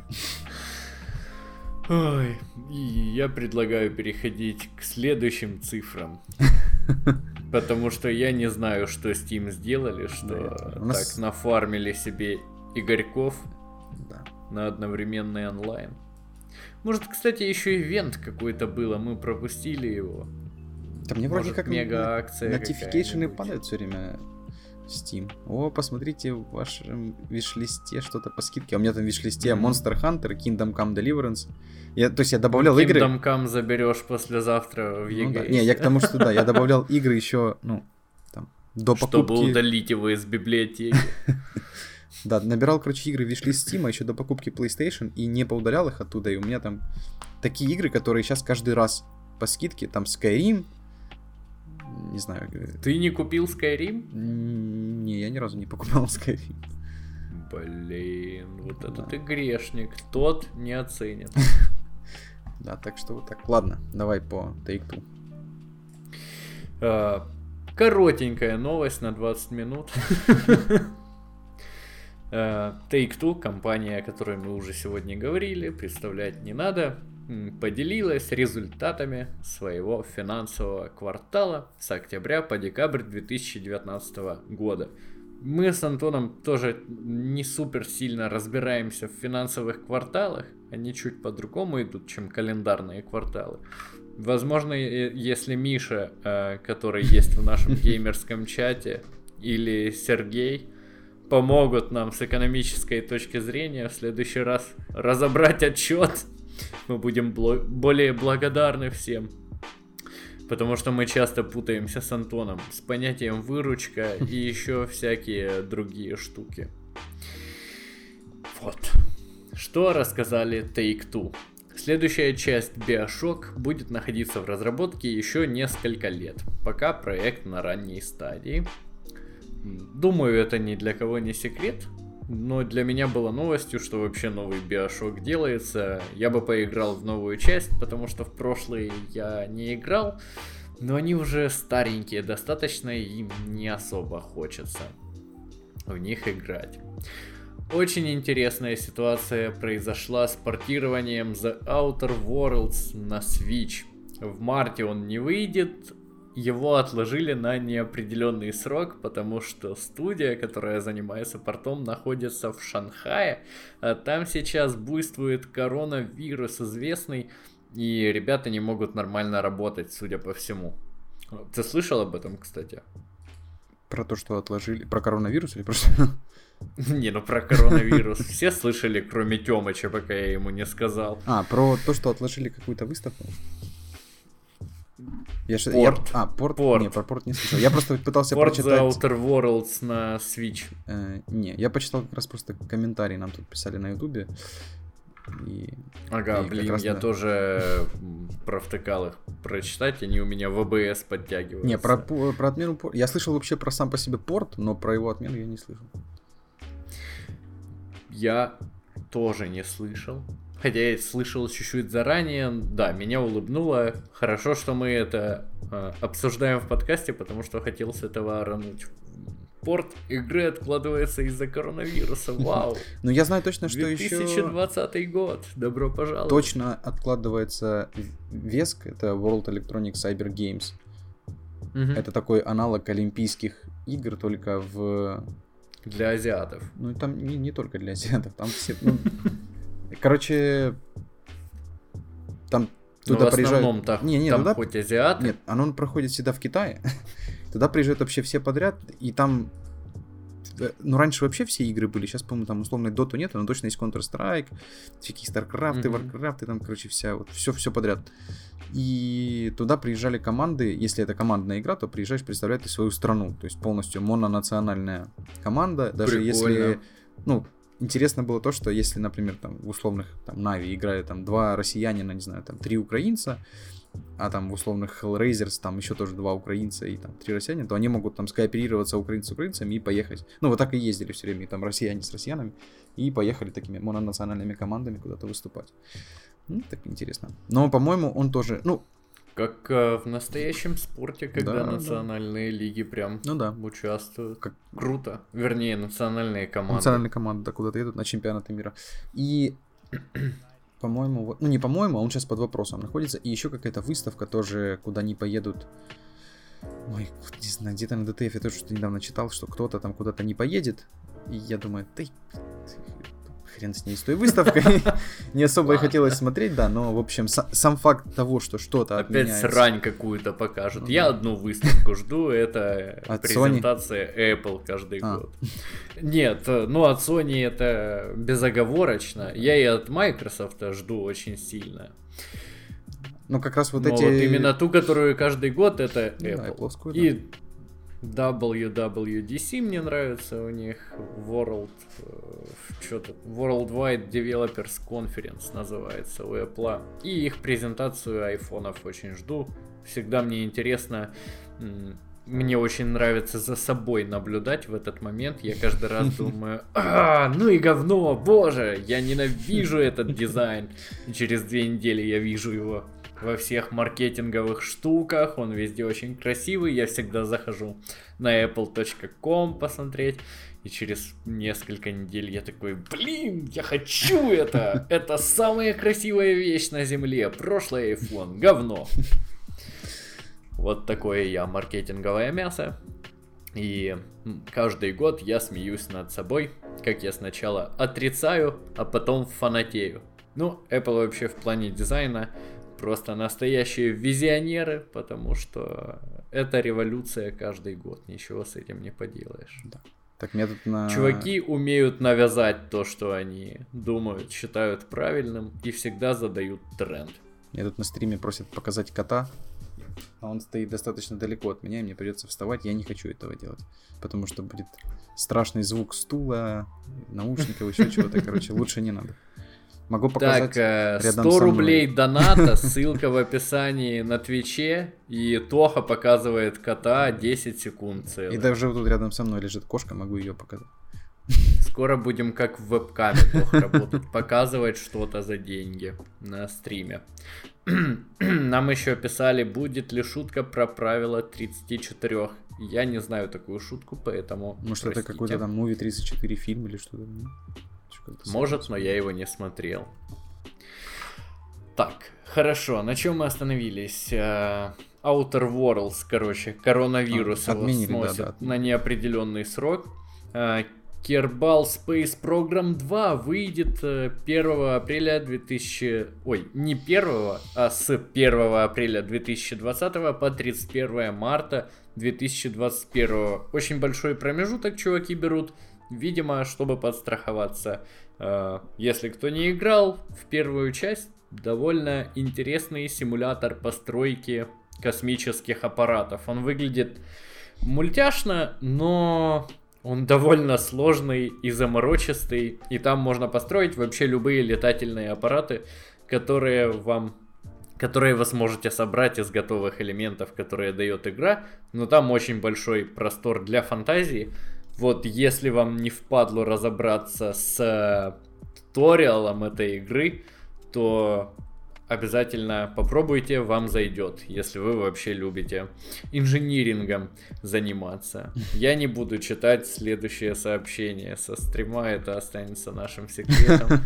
Ой, и я предлагаю переходить к следующим цифрам. Потому что я не знаю, что Steam сделали, что так нафармили себе игорьков на одновременный онлайн. Может, кстати, еще ивент какой-то было, мы пропустили его. Да мне вроде как мега-акция нотификейшены падают все время в Steam. О, посмотрите в вашем виш-листе что-то по скидке. А у меня там в виш-листе Monster Hunter, Kingdom Come Deliverance. Я добавлял игры... Kingdom Come заберешь послезавтра в ЕГЭ. Да. Не, я к тому, что да, я добавлял игры еще, там, до покупки... Чтобы удалить его из библиотеки. Да, набирал, короче, игры в виш-лист Steam еще до покупки PlayStation и не поудалял их оттуда. И у меня там такие игры, которые сейчас каждый раз по скидке, там Skyrim, не знаю. Ты не купил Skyrim? Не, я ни разу не покупал Skyrim. Блин, вот это ты грешник. Тот не оценит. Да, так что вот так. Ладно, давай по Take-Two. Коротенькая новость на 20 минут. Take-Two, компания, о которой мы уже сегодня говорили, представлять не надо, поделилась результатами своего финансового квартала с октября по декабрь 2019 года. Мы с Антоном тоже не супер сильно разбираемся в финансовых кварталах, они чуть по-другому идут, чем календарные кварталы. Возможно, если Миша, который есть в нашем геймерском чате, или Сергей помогут нам с экономической точки зрения в следующий раз разобрать отчет, мы будем более благодарны всем. Потому что мы часто путаемся с Антоном с понятием выручка и еще всякие другие штуки. Вот. Что рассказали Take-Two? Следующая часть BioShock будет находиться в разработке еще несколько лет, пока проект на ранней стадии. Думаю, это ни для кого не секрет, но для меня было новостью, что вообще новый BioShock делается. Я бы поиграл в новую часть, потому что в прошлый я не играл, но они уже старенькие достаточно, и им не особо хочется в них играть. Очень интересная ситуация произошла с портированием The Outer Worlds на Switch. В марте он не выйдет. Его отложили на неопределенный срок, потому что студия, которая занимается портом, находится в Шанхае, а там сейчас буйствует коронавирус известный, и ребята не могут нормально работать, судя по всему. Ты слышал об этом, кстати? Про то, что отложили? Про коронавирус или про что? Не, ну про коронавирус все слышали, кроме Тёмыча, пока я ему не сказал. Про то, что отложили какую-то выставку? Порт. Порт. Не, про порт не слышал. Я просто пытался Порт прочитать... The Outer Worlds на Switch. Не, я почитал как раз просто комментарии, нам тут писали на Ютубе. Я тоже провтыкал их прочитать, они у меня в АБС подтягиваются. Не, про отмену порта... Я слышал вообще про сам по себе порт, но про его отмену я не слышал. Я тоже не слышал. Хотя я слышал чуть-чуть заранее. Да, меня улыбнуло. Хорошо, что мы это обсуждаем в подкасте, потому что хотел с этого орануть. Порт игры откладывается из-за коронавируса. Вау. Ну, я знаю точно, что 2020 год. Добро пожаловать. Точно откладывается VESC, это World Electronic Cyber Games. Это такой аналог Олимпийских игр, только для азиатов. Ну, там не только для азиатов, там все... Короче, там туда приезжают... Там хоть азиаты. Нет, оно проходит всегда в Китае. Туда приезжают вообще все подряд, и там... Ну, раньше вообще все игры были, сейчас, по-моему, там условной Доту нет, но точно есть Counter-Strike, всякие StarCraft, Warcraft, там, короче, все подряд. И туда приезжали команды, если это командная игра, то приезжаешь представлять ты свою страну, то есть полностью мононациональная команда, даже если... Ну, интересно было то, что если, например, там в условных там Нави играют там 2 россиянина, не знаю, там 3 украинца, а там в условных Hellraisers там еще тоже 2 украинца и там 3 россиянина, то они могут там скооперироваться украинцы с украинцами и поехать. Ну, вот так и ездили все время, и там россияне с россиянами, и поехали такими мононациональными командами куда-то выступать. Ну, так интересно. Но, по-моему, он тоже, ну... Как в настоящем спорте, когда национальные лиги прям участвуют. Круто. Вернее, национальные команды. Национальные команды, да, куда-то едут на чемпионаты мира. И, по-моему, ну не по-моему, а он сейчас под вопросом находится. И еще какая-то выставка тоже, куда они поедут. Ой, не знаю, где-то на ДТФ я тоже что-то недавно читал, что кто-то там куда-то не поедет. И я думаю, хрен с ней, с той выставкой. Не особо и хотелось смотреть, да, но, в общем, сам факт того, что что-то отменяется. Опять срань какую-то покажут. Я одну выставку жду, это презентация Apple каждый год. Нет, ну от Sony это безоговорочно. Я и от Microsoft жду очень сильно. Ну, как раз вот эти... вот именно ту, которую каждый год, это Apple. И WWDC мне нравится, у них Worldwide Developers Conference называется у Apple. И их презентацию айфонов очень жду. Всегда мне интересно, мне очень нравится за собой наблюдать в этот момент. Я каждый раз думаю, ну и говно, боже, я ненавижу этот дизайн. И через 2 недели я вижу его во всех маркетинговых штуках, он везде очень красивый, я всегда захожу на apple.com посмотреть, и через несколько недель я такой, блин, я хочу это самая красивая вещь на земле, прошлый iPhone, говно. Вот такое я маркетинговое мясо, и каждый год я смеюсь над собой, как я сначала отрицаю, а потом фанатею. Ну, Apple вообще в плане дизайна просто настоящие визионеры, потому что это революция каждый год, ничего с этим не поделаешь. Да. Так мне тут Чуваки умеют навязать то, что они думают, считают правильным, и всегда задают тренд. Мне тут на стриме просят показать кота, а он стоит достаточно далеко от меня, и мне придется вставать, я не хочу этого делать, потому что будет страшный звук стула, наушников, еще чего-то, короче, лучше не надо. Могу показать так, рядом 100 рублей доната, ссылка в описании на Твиче, и Тоха показывает кота 10 секунд целых. И даже вот тут рядом со мной лежит кошка, могу ее показать. Скоро будем как в вебкаме Тоха работать, показывать что-то за деньги на стриме. Нам еще писали, будет ли шутка про правила 34. Я не знаю такую шутку, поэтому может, простите. Это какой-то там Movie 34 фильм или что-то? Может, но я его не смотрел. Так, хорошо, на чем мы остановились? Outer Worlds, короче, коронавирус его сносит на неопределенный срок. Kerbal Space Program 2 выйдет 1 апреля 2000... Ой, не 1, а с 1 апреля 2020 по 31 марта 2021. Очень большой промежуток чуваки берут. Видимо, чтобы подстраховаться. Если кто не играл в первую часть, довольно интересный симулятор постройки космических аппаратов. Он выглядит мультяшно, но он довольно сложный и заморочистый. И там можно построить вообще любые летательные аппараты, которые вы сможете собрать из готовых элементов, которые дает игра. Но там очень большой простор для фантазии. Вот если вам не впадло разобраться с туториалом этой игры, то обязательно попробуйте, вам зайдет, если вы вообще любите инжинирингом заниматься. Я не буду читать следующее сообщение со стрима, это останется нашим секретом.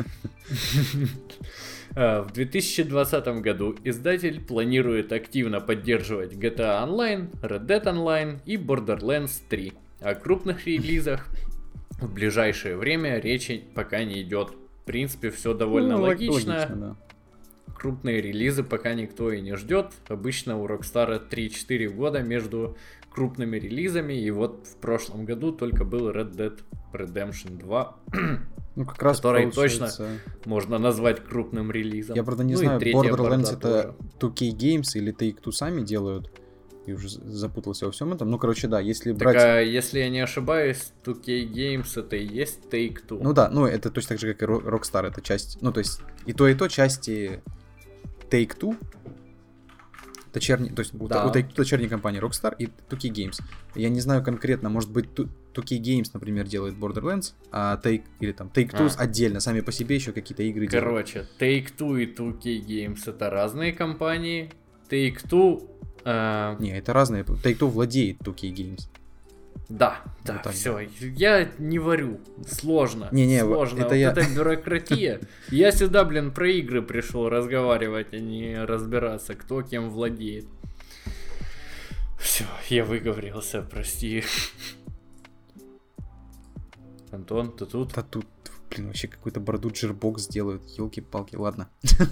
В 2020 году издатель планирует активно поддерживать GTA Online, Red Dead Online и Borderlands 3. О крупных релизах в ближайшее время речи пока не идет. В принципе, все довольно логично. Да. Крупные релизы пока никто и не ждет. Обычно у Rockstar 3-4 года между крупными релизами. И вот в прошлом году только был Red Dead Redemption 2. Ну, как раз который точно можно назвать крупным релизом. Я, правда, не знаю, Borderlands это 2K Games или Take-Two сами делают. И уже запутался во всем этом. Ну, короче, да, если брать... Так, если я не ошибаюсь, 2K Games это и есть Take-Two. Ну да, ну это точно так же, как и Rockstar, это часть... Ну, то есть, и то части Take-Two, дочерней, то есть да. У Take-Two дочерней компании Rockstar и 2K Games. Я не знаю конкретно, может быть, 2K Games, например, делает Borderlands, а Take-Two отдельно, сами по себе еще какие-то игры делают. Короче, Take-Two и 2K Games это разные компании. Take-Two... Не, это разные. Take-Two владеет 2K Games. Да, вот все. Я не варю. Сложно. Сложно. Это эта бюрократия. Я сюда, про игры пришел разговаривать, а не разбираться, кто кем владеет. Все, я выговорился, прости. Антон, ты тут? Да тут, вообще какой-то бороду джербокс делают. Ёлки-палки, ладно.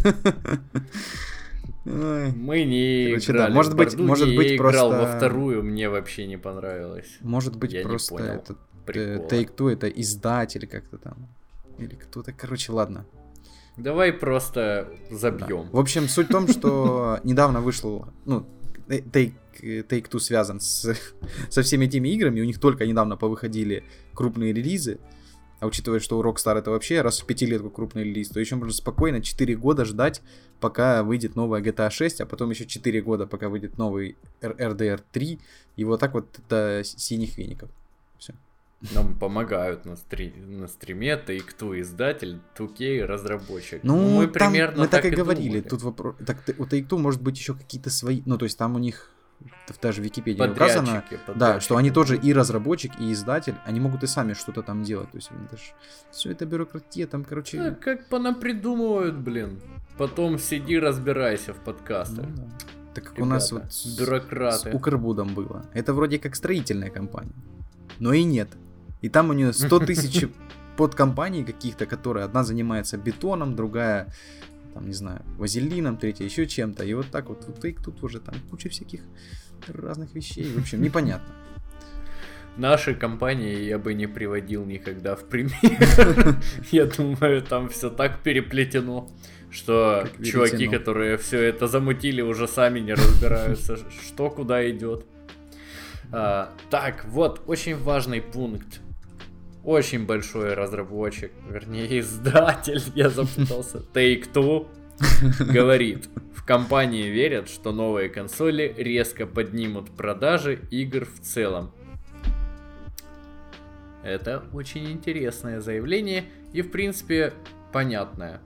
Мы не играли. Да. Может быть, я играл просто... во вторую, мне вообще не понравилось. Может быть, я просто это Take-Two это издатель как-то там. Или кто-то. Короче, ладно. Давай просто забьем. Да. В общем, суть в том, что недавно вышло. Ну, Take-Two связан со всеми этими играми. У них только недавно повыходили крупные релизы. А учитывая, что у Rockstar это вообще раз в 5 лет крупный релиз, то еще можно спокойно 4 года ждать, пока выйдет новая GTA 6, а потом еще 4 года, пока выйдет новый RDR 3, и вот так вот до синих веников. Все. Нам помогают на стриме Take-Two издатель, 2K разработчик. Ну, мы примерно мы так и говорили. Тут вопрос. Так, у Take-Two может быть еще какие-то свои. Ну, то есть там у них даже в Википедии указано, да, что они тоже и разработчик, и издатель, они могут и сами что-то там делать. То есть это все это бюрократия, там, короче. Да, как понапридумывают, Потом сиди, разбирайся в подкастах. Ну, да. Так как ребята, у нас вот бюрократы. С Укрбудом было. Это вроде как строительная компания. Но и нет. И там у нее 100 тысяч подкомпаний каких-то, которые одна занимается бетоном, другая, там, не знаю, вазелином, третья еще чем-то. И вот так вот тут уже там куча всяких разных вещей. В общем, непонятно. Наши компании я бы не приводил никогда в пример. Я думаю, там все так переплетено, что чуваки, которые все это замутили, уже сами не разбираются, что куда идет. Так, вот, очень важный пункт. Очень большой разработчик, вернее издатель, я запутался, Take-Two, говорит, в компании верят, что новые консоли резко поднимут продажи игр в целом. Это очень интересное заявление и, в принципе, понятное.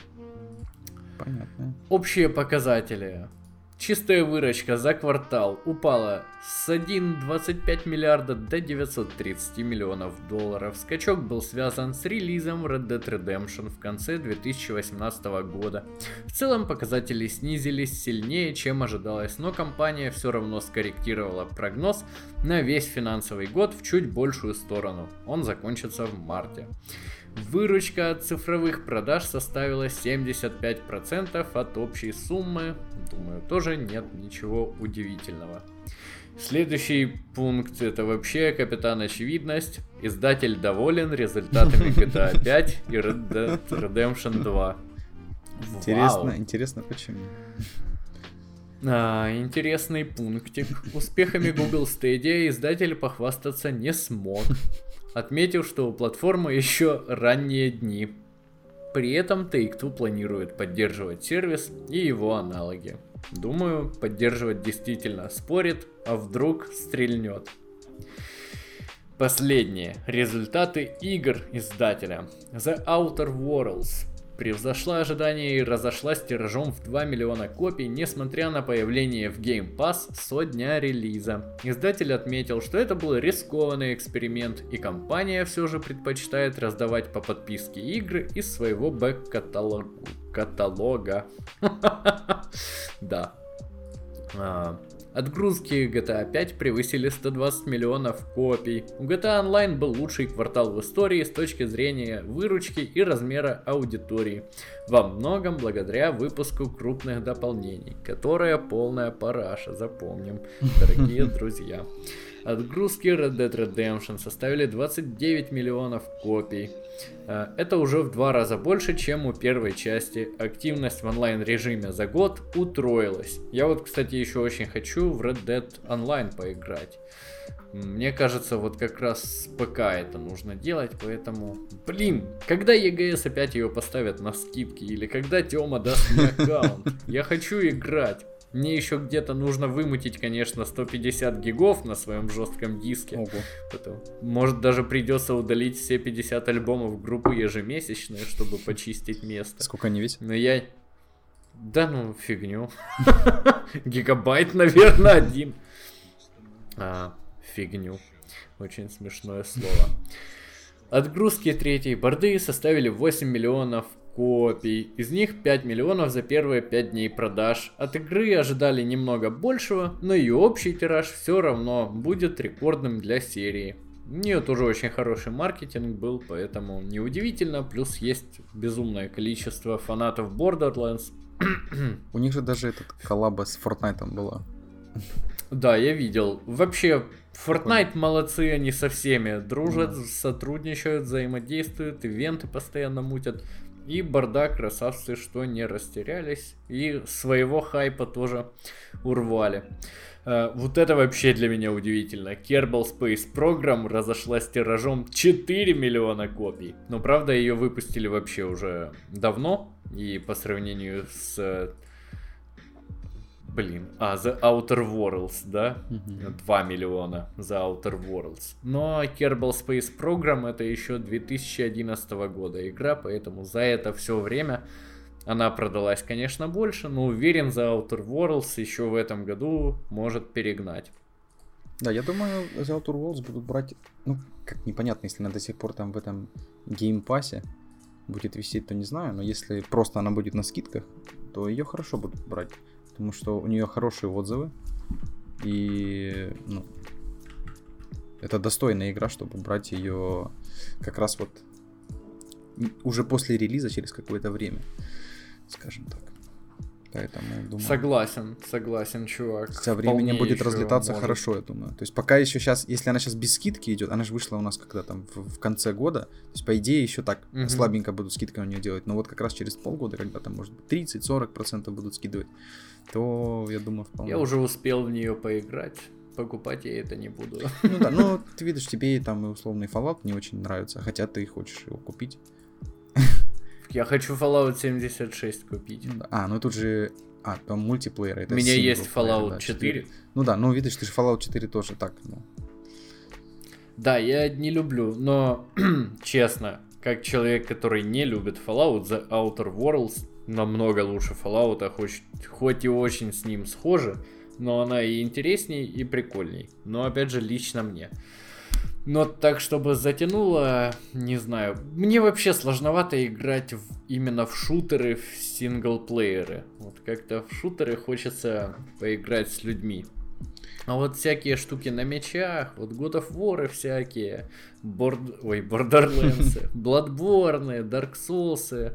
Общие показатели. Чистая выручка за квартал упала с 1,25 миллиарда до 930 миллионов долларов. Скачок был связан с релизом Red Dead Redemption в конце 2018 года. В целом показатели снизились сильнее, чем ожидалось, но компания все равно скорректировала прогноз на весь финансовый год в чуть большую сторону. Он закончится в марте. Выручка от цифровых продаж составила 75% от общей суммы. Думаю, тоже нет ничего удивительного. Следующий пункт — это вообще капитан очевидность. Издатель доволен результатами GTA 5 и Red Dead Redemption 2. Интересно почему? Интересный пунктик. Успехами Google Stadia издатель похвастаться не смог, отметив, что у платформы еще ранние дни. При этом Take-Two планирует поддерживать сервис и его аналоги. Думаю, поддерживать действительно спорит, а вдруг стрельнет. Последние результаты игр издателя. The Outer Worlds превзошла ожидания и разошлась тиражом в 2 миллиона копий, несмотря на появление в Game Pass со дня релиза. Издатель отметил, что это был рискованный эксперимент, и компания все же предпочитает раздавать по подписке игры из своего бэк-каталога. Да. Отгрузки GTA 5 превысили 120 миллионов копий. У GTA Online был лучший квартал в истории с точки зрения выручки и размера аудитории. Во многом благодаря выпуску крупных дополнений, которая полная параша, запомним, дорогие друзья. Отгрузки Red Dead Redemption составили 29 миллионов копий. Это уже в 2 раза больше, чем у первой части. Активность в онлайн-режиме за год утроилась. Я вот, кстати, еще очень хочу в Red Dead Online поиграть. Мне кажется, вот как раз с ПК это нужно делать, поэтому... Блин, когда EGS опять ее поставят на скидки? Или когда Тёма даст мне аккаунт? Я хочу играть. Мне еще где-то нужно вымутить, конечно, 150 гигов на своем жестком диске. Потом, может, даже придется удалить все 50 альбомов группы ежемесячные, чтобы почистить место. Сколько они весят? Но я... Да ну, фигню. Гигабайт, наверное, 1. Фигню. Очень смешное слово. Отгрузки третьей борды составили 8 миллионов копий. Из них 5 миллионов за первые 5 дней продаж. От игры ожидали немного большего, но ее общий тираж все равно будет рекордным для серии. У нее тоже очень хороший маркетинг был, поэтому неудивительно. Плюс есть безумное количество фанатов Borderlands. У них же даже этот коллаба с Fortnite была. Да, я видел. Вообще, Fortnite молодцы, они со всеми дружат, сотрудничают, взаимодействуют, ивенты постоянно мутят. И Бардак, красавцы, что не растерялись. И своего хайпа тоже урвали. Вот это вообще для меня удивительно. Kerbal Space Program разошлась тиражом 4 миллиона копий. Но правда ее выпустили вообще уже давно. И по сравнению с... The Outer Worlds, да? 2 миллиона The Outer Worlds. Но Kerbal Space Program это еще 2011 года игра, поэтому за это все время она продалась, конечно, больше, но уверен, The Outer Worlds еще в этом году может перегнать. Да, я думаю, The Outer Worlds будут брать, ну, как непонятно, если она до сих пор там в этом геймпассе будет висеть, то не знаю, но если просто она будет на скидках, то ее хорошо будут брать. Потому что у нее хорошие отзывы. И ну, это достойная игра, чтобы брать ее как раз вот уже после релиза, через какое-то время, скажем так. Поэтому думаю... Согласен, чувак. Со временем будет разлетаться может. Хорошо, я думаю. То есть пока еще сейчас, если она сейчас без скидки идет, она же вышла у нас когда там в конце года, то есть по идее еще так слабенько будут скидки на нее делать, но вот как раз через полгода, когда там может быть 30-40% будут скидывать, то я думаю вполне. Я уже успел в нее поиграть. Покупать я это не буду. Ну да, ну ты видишь, тебе там и условный Fallout не очень нравится, хотя ты хочешь его купить. Я хочу Fallout 76 купить. Ну тут же... там мультиплеер. Это у меня есть Fallout 4. Ну да, ну видишь, ты же Fallout 4 тоже так. Ну. Да, я не люблю, но честно, как человек, который не любит Fallout, The Outer Worlds намного лучше Fallout, хоть и очень с ним схожа, но она и интересней, и прикольней. Но опять же, лично мне. Но так, чтобы затянуло, не знаю. Мне вообще сложновато играть именно в шутеры, в синглплееры. Вот как-то в шутеры хочется поиграть с людьми. А вот всякие штуки на мечах, вот God of War всякие, Borderlands, Bloodborne, Dark Souls,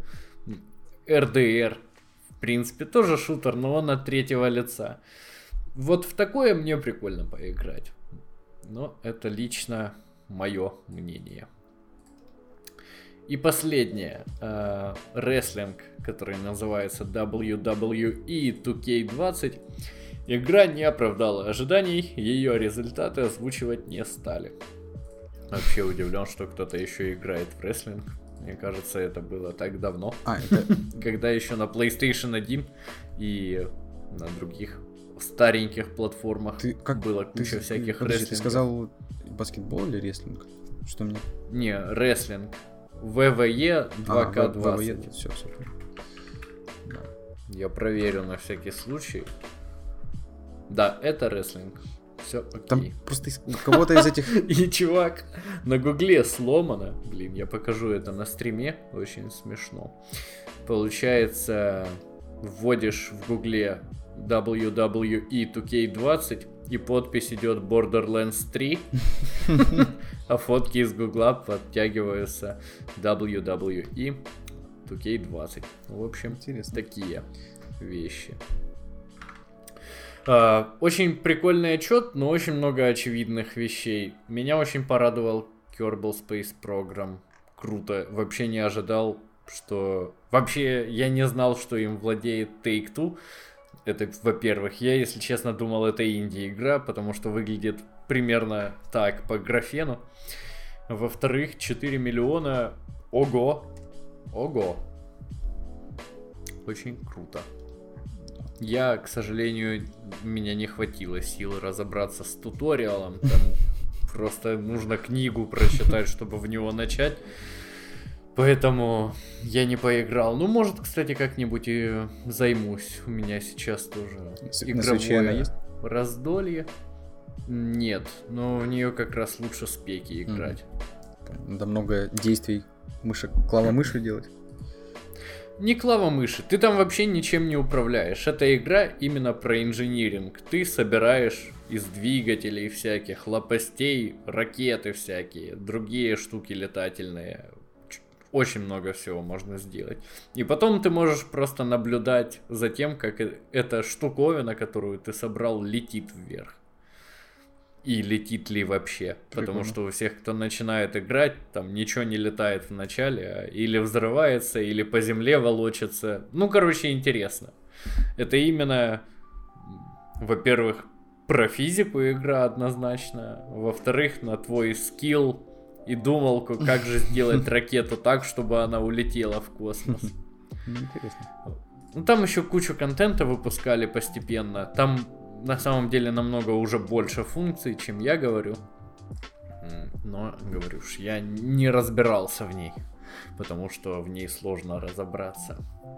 RDR. В принципе, тоже шутер, но он от третьего лица. Вот в такое мне прикольно поиграть. Но это лично мое мнение. И последнее. Рестлинг, который называется WWE 2K20. Игра не оправдала ожиданий, ее результаты озвучивать не стали. Вообще удивлен, что кто-то еще играет в рестлинг. Мне кажется, это было так давно. Когда еще на PlayStation 1 и на других стареньких платформах было куча всяких рестлингов. Ты сказал баскетбол или рестлинг? Что мне? Не, рестлинг. WWE 2K20. Все. Да. Я проверю на всякий случай. Да, это рестлинг. Все окей. Там просто у кого-то из этих... И чувак на гугле сломано. Блин, я покажу это на стриме. Очень смешно. Получается, вводишь в гугле WWE 2K20 и подпись идет Borderlands 3. А фотки из гугла подтягиваются WWE 2K20. В общем, интересно. Такие вещи. Очень прикольный отчет, но очень много очевидных вещей. Меня очень порадовал Kerbal Space Program. Круто. Вообще не ожидал, что... Вообще я не знал, что им владеет Take-Two. Это, во-первых, я, если честно, думал, это инди-игра, потому что выглядит примерно так по графену. Во-вторых, 4 миллиона. Ого! Очень круто. Я, к сожалению, меня не хватило сил разобраться с туториалом. Там просто нужно книгу прочитать, чтобы в него начать. Поэтому я не поиграл. Ну, может, кстати, как-нибудь и займусь. У меня сейчас тоже игровое раздолье. Нет, но в нее как раз лучше с пеки играть. Надо много действий клава-мыши делать. Не клава-мыши, ты там вообще ничем не управляешь. Эта игра именно про инжиниринг. Ты собираешь из двигателей всяких, лопастей, ракеты всякие, другие штуки летательные. Очень много всего можно сделать. И потом ты можешь просто наблюдать за тем, как эта штуковина, которую ты собрал, летит вверх. И летит ли вообще. Прикольно. Потому что у всех, кто начинает играть, там ничего не летает в начале, или взрывается, или по земле волочится. Ну, короче, интересно. Это именно, во-первых, про физику игра однозначно. Во-вторых, на твой скилл и думалку, как же сделать ракету так, чтобы она улетела в космос. Интересно. Ну, там еще кучу контента выпускали постепенно. Там на самом деле намного уже больше функций, чем я говорю. Но, говорю ж, я не разбирался в ней, потому что в ней сложно разобраться.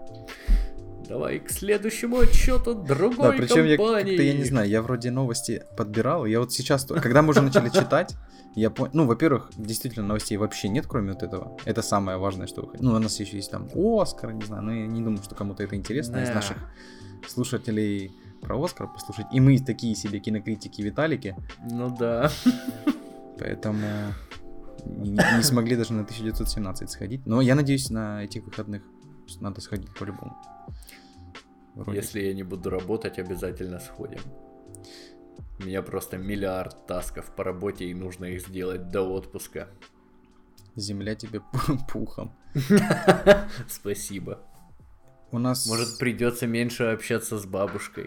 Давай к следующему отчету другой компании. Я не знаю, я вроде новости подбирал. Я вот сейчас, когда мы уже начали читать, я понял, ну, во-первых, действительно новостей вообще нет, кроме вот этого. Это самое важное, что выходит. Ну, у нас еще есть там Оскар, не знаю, но я не думаю, что кому-то это интересно из наших слушателей про Оскар послушать. И мы такие себе кинокритики Виталики. Ну да. Поэтому не смогли даже на 1917 сходить. Но я надеюсь, на этих выходных надо сходить по-любому. Вроде. Если я не буду работать, обязательно сходим. У меня просто миллиард тасков по работе, и нужно их сделать до отпуска. Земля тебе пухом. Спасибо. У нас... Может, придется меньше общаться с бабушкой.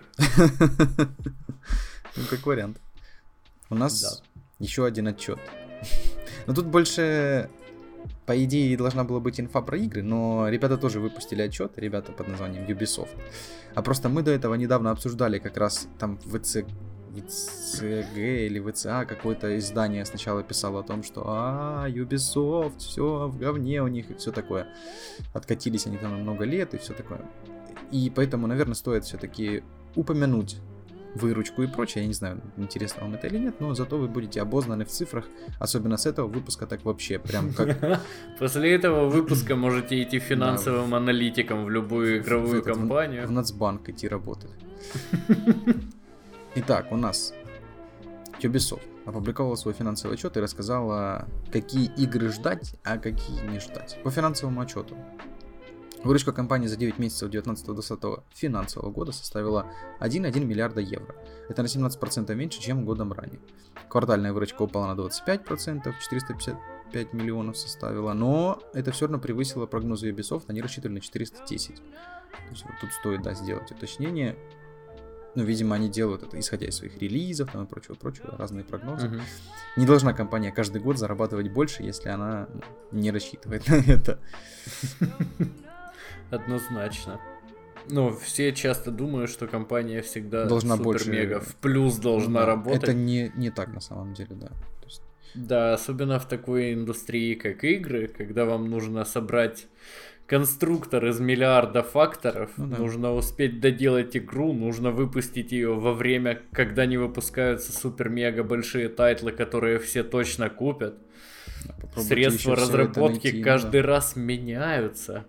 Ну, как вариант. У нас еще один отчет. Но тут больше, по идее, должна была быть инфа про игры, но ребята тоже выпустили отчет, ребята под названием Ubisoft. А просто мы до этого недавно обсуждали как раз там ВЦГ или ВЦА какое-то издание сначала писало о том, что Ubisoft, все в говне у них и все такое. Откатились они там на много лет и все такое. И поэтому, наверное, стоит все-таки упомянуть выручку и прочее. Я не знаю, интересно вам это или нет, но зато вы будете обознаны в цифрах, особенно с этого выпуска, так вообще прям как... После этого выпуска можете идти финансовым аналитиком в любую игровую компанию. В Нацбанк идти работать. Итак, у нас Ubisoft опубликовала свой финансовый отчет и рассказала, какие игры ждать, а какие не ждать. По финансовому отчету. Выручка компании за 9 месяцев 19-20 финансового года составила 1,1 миллиарда евро. Это на 17% меньше, чем годом ранее. Квартальная выручка упала на 25%, 65 миллионов составила, но это все равно превысило прогнозы Ubisoft, они рассчитывали на 410. То есть вот тут стоит, да, сделать уточнение. Ну, видимо, они делают это, исходя из своих релизов там, и прочего, разные прогнозы. Не должна компания каждый год зарабатывать больше, если она не рассчитывает на это. Однозначно. Ну, все часто думают, что компания всегда должна супер-мега в плюс должна работать. Это не так на самом деле, да. То есть... Да, особенно в такой индустрии, как игры, когда вам нужно собрать конструктор из миллиарда факторов, нужно успеть доделать игру, нужно выпустить ее во время, когда не выпускаются супер-мега большие тайтлы, которые все точно купят. Да, средства разработки каждый раз меняются.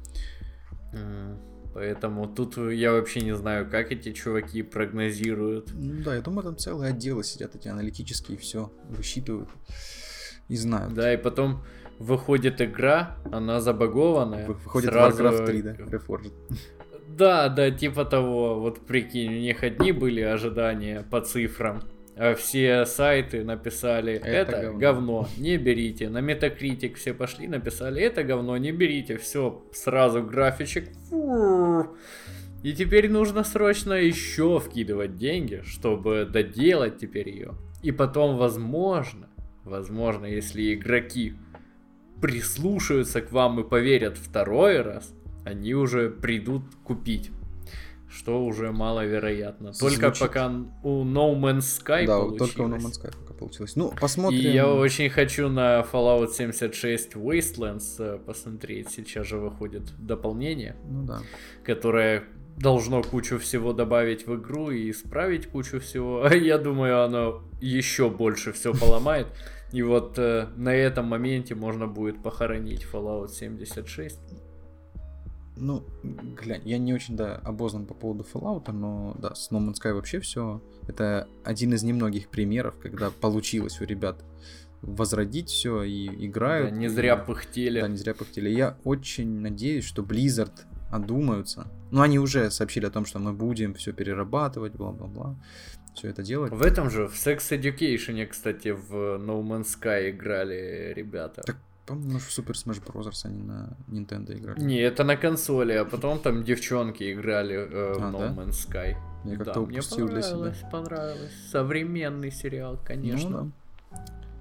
Поэтому тут я вообще не знаю, как эти чуваки прогнозируют. Ну да, я думаю, там целые отделы сидят, эти аналитические, все высчитывают и знают. Да, и потом выходит игра, она забагованная. Выходит сразу... Warcraft 3, да, Reforged. Да, типа того. Вот прикинь, у них одни были ожидания по цифрам, а все сайты написали, это говно, не берите. На Metacritic все пошли, написали, это говно, не берите. Все, сразу графичек. И теперь нужно срочно еще вкидывать деньги, чтобы доделать теперь ее. И потом, возможно, если игроки прислушаются к вам и поверят второй раз, они уже придут купить. Что уже маловероятно. Только пока у No Man's Sky получилось. Да, только у No Man's Sky пока получилось. Ну, посмотрим. И я очень хочу на Fallout 76 Wastelands посмотреть. Сейчас же выходит дополнение, которое должно кучу всего добавить в игру и исправить кучу всего. Я думаю, оно еще больше все поломает. И вот на этом моменте можно будет похоронить Fallout 76. Ну, глянь, я не очень, обознан по поводу Fallout, но, да, с No Man's Sky вообще все. Это один из немногих примеров, когда получилось у ребят возродить все и играют. Да, не зря пыхтели. Да, не зря пыхтели. Я очень надеюсь, что Blizzard одумаются. Ну, они уже сообщили о том, что мы будем все перерабатывать, бла-бла-бла. Все это делать. В этом же, в Sex Education, кстати, в No Man's Sky играли ребята. Так, по-моему, в Super Smash Bros. Они на Nintendo играли. Не, это на консоли, а потом там девчонки играли в No Man's Sky. Я как-то упустил для себя. Понравилось. Современный сериал, конечно. Ну, да.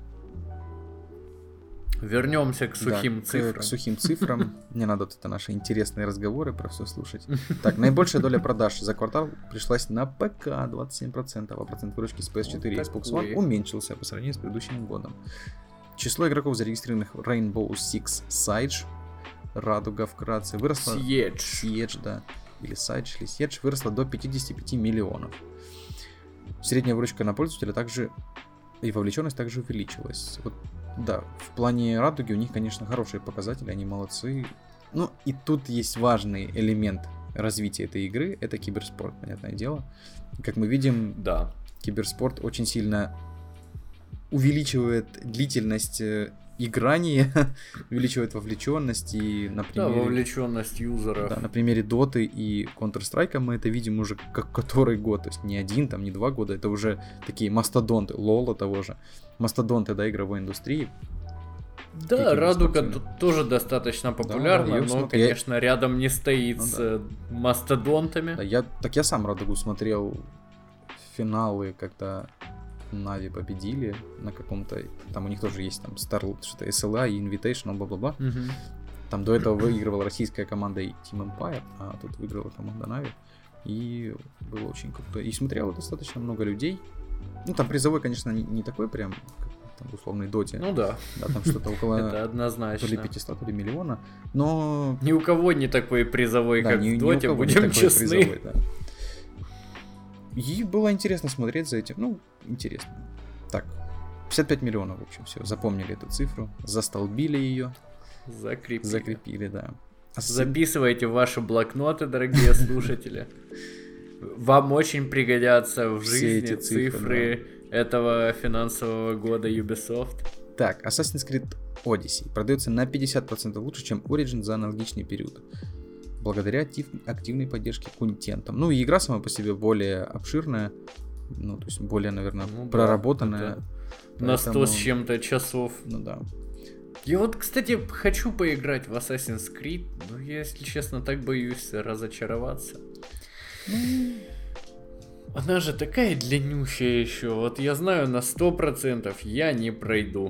Вернемся к сухим цифрам. К сухим цифрам. Не надо тут наши интересные разговоры про все слушать. Так, наибольшая доля продаж за квартал пришлась на ПК 27%, а процент выручки с PS4 и Xbox One уменьшился по сравнению с предыдущим годом. Число игроков, зарегистрированных в Rainbow Six Siege, Радуга вкратце, выросло... Siege, да. Или Siege, или Siege, выросло до 55 миллионов. Средняя выручка на пользователя также... И вовлеченность также увеличилась. Вот, да, в плане Радуги у них, конечно, хорошие показатели, они молодцы. Ну, и тут есть важный элемент развития этой игры, это киберспорт, понятное дело. Как мы видим, да, киберспорт очень сильно увеличивает длительность играния, увеличивает вовлеченность и, например... Да, вовлеченность юзеров. Да, на примере Доты и Counter-Strike мы это видим уже как который год, то есть не один, там, не 2 года, это уже такие мастодонты, Лола того же, мастодонты, да, игровой индустрии. Да, Радуга тоже достаточно популярна, да, но, конечно, рядом не стоит с мастодонтами. Да, я сам Радугу смотрел финалы, когда Нави победили на каком-то... Там у них тоже есть там что-то SLA и Invitational, бла-бла-бла. Там до этого выигрывала российская команда и Team Empire, а тут выиграла команда Нави. И было очень круто. И смотрело достаточно много людей. Ну, там призовой, конечно, не такой прям, как там, в условной доте. Ну да. Да, там что-то около... Это однозначно. То ли 500, то ли миллиона. Но... Ни у кого не такой призовой, как в доте, будем честны. Призовой, да. И было интересно смотреть за этим. Ну, интересно. Так, 55 миллионов, в общем, все. Запомнили эту цифру, застолбили ее. Закрепили, да. Записывайте в ваши блокноты, дорогие слушатели. Вам очень пригодятся в жизни эти цифры этого финансового года Ubisoft. Так, Assassin's Creed Odyssey продается на 50% лучше, чем Origin за аналогичный период. Благодаря активной поддержке контентом. Ну и игра сама по себе более обширная, ну то есть более, наверное, проработанная. На 100 с чем-то часов. Ну да. Я вот, кстати, хочу поиграть в Assassin's Creed, но я, если честно, так боюсь разочароваться. Она же такая длиннющая еще. Вот я знаю на 100% я не пройду.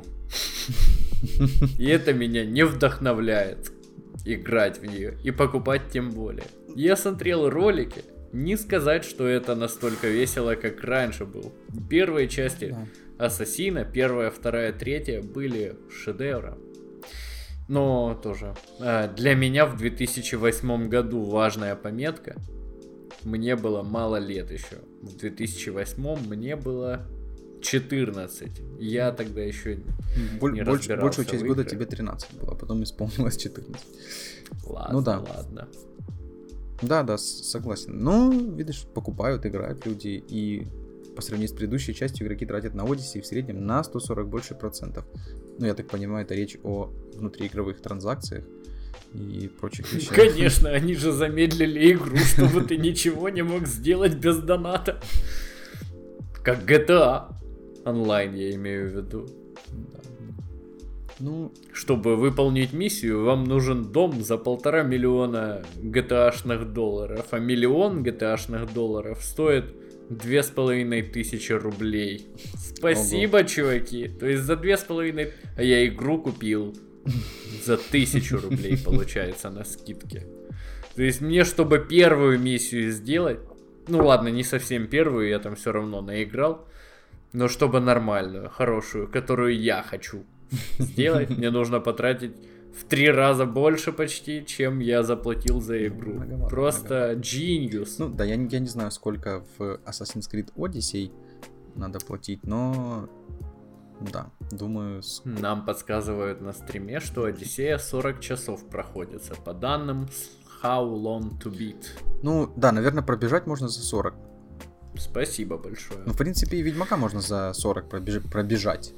И это меня не вдохновляет играть в нее. И покупать тем более. Я смотрел ролики. Не сказать, что это настолько весело, как раньше был. Первые части Ассасина, первая, вторая, третья были шедевром. Но тоже. Для меня в 2008 году важная пометка. Мне было мало лет еще. В 2008 мне было 14. Я тогда еще не разбирался. Большую часть года тебе 13 было, а потом исполнилось 14. Ладно, ну да. Ладно. Да, согласен. Но, видишь, покупают, играют люди, и по сравнению с предыдущей частью игроки тратят на Odyssey в среднем на 140 больше процентов. Ну, я так понимаю, это речь о внутриигровых транзакциях и прочих вещах. Конечно, они же замедлили игру, чтобы ты ничего не мог сделать без доната. Как GTA онлайн, я имею в виду. Да. Ну, чтобы выполнить миссию, вам нужен дом за $1,5 миллиона GTA-шных долларов, а миллион GTA-шных долларов стоит 2500 рублей. Спасибо, чуваки. То есть за 2500... А я игру купил за 1000 рублей, получается, на скидке. То есть мне, чтобы первую миссию сделать... Ну ладно, не совсем первую, я там все равно наиграл. Но чтобы нормальную, хорошую, которую я хочу сделать, мне нужно потратить в 3 раза больше почти, чем я заплатил за игру. Просто genius. Ну да, я не знаю, сколько в Assassin's Creed Odyssey надо платить, но да, думаю... Нам подсказывают на стриме, что Одиссея 40 часов проходится, по данным How Long to Beat. Ну да, наверное, пробежать можно за 40. Спасибо большое. Ну, в принципе, и Ведьмака можно за 40 пробежать.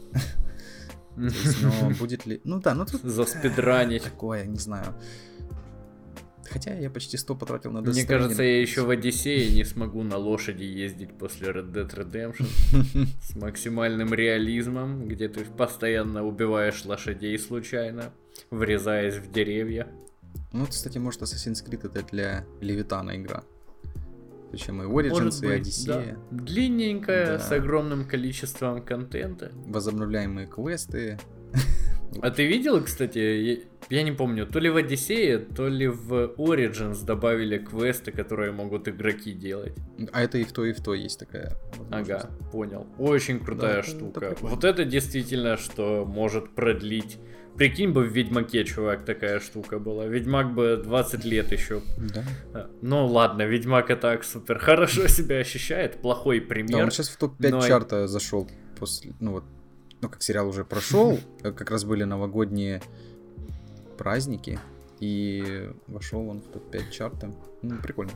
Но будет ли... Ну да, ну тут... Заспидранить. Такое, не знаю. Хотя я почти 100 потратил на Death Stranding. Мне кажется, я еще в Одиссее не смогу на лошади ездить после Red Dead Redemption. С максимальным реализмом, где ты постоянно убиваешь лошадей случайно, врезаясь в деревья. Ну, кстати, может, Assassin's Creed это для Левитана игра. Причем и Origins, и Одиссея. Да. Длинненькая, да. С огромным количеством контента. Возобновляемые квесты. А ты видел, кстати, я не помню, то ли в Одиссее, то ли в Origins добавили квесты, которые могут игроки делать. А это и в то есть такая возможность. Ага, понял. Очень крутая штука. Вот это действительно, что может продлить. Прикинь бы, в Ведьмаке, чувак, такая штука была. Ведьмак бы 20 лет еще. Да. Ну ладно, Ведьмак и так супер хорошо себя ощущает. Плохой пример. Да, он сейчас в топ-5 чарта зашел после, ну, как сериал уже прошел, как раз были новогодние праздники, и вошел он в топ-5 чарта. Ну, прикольно.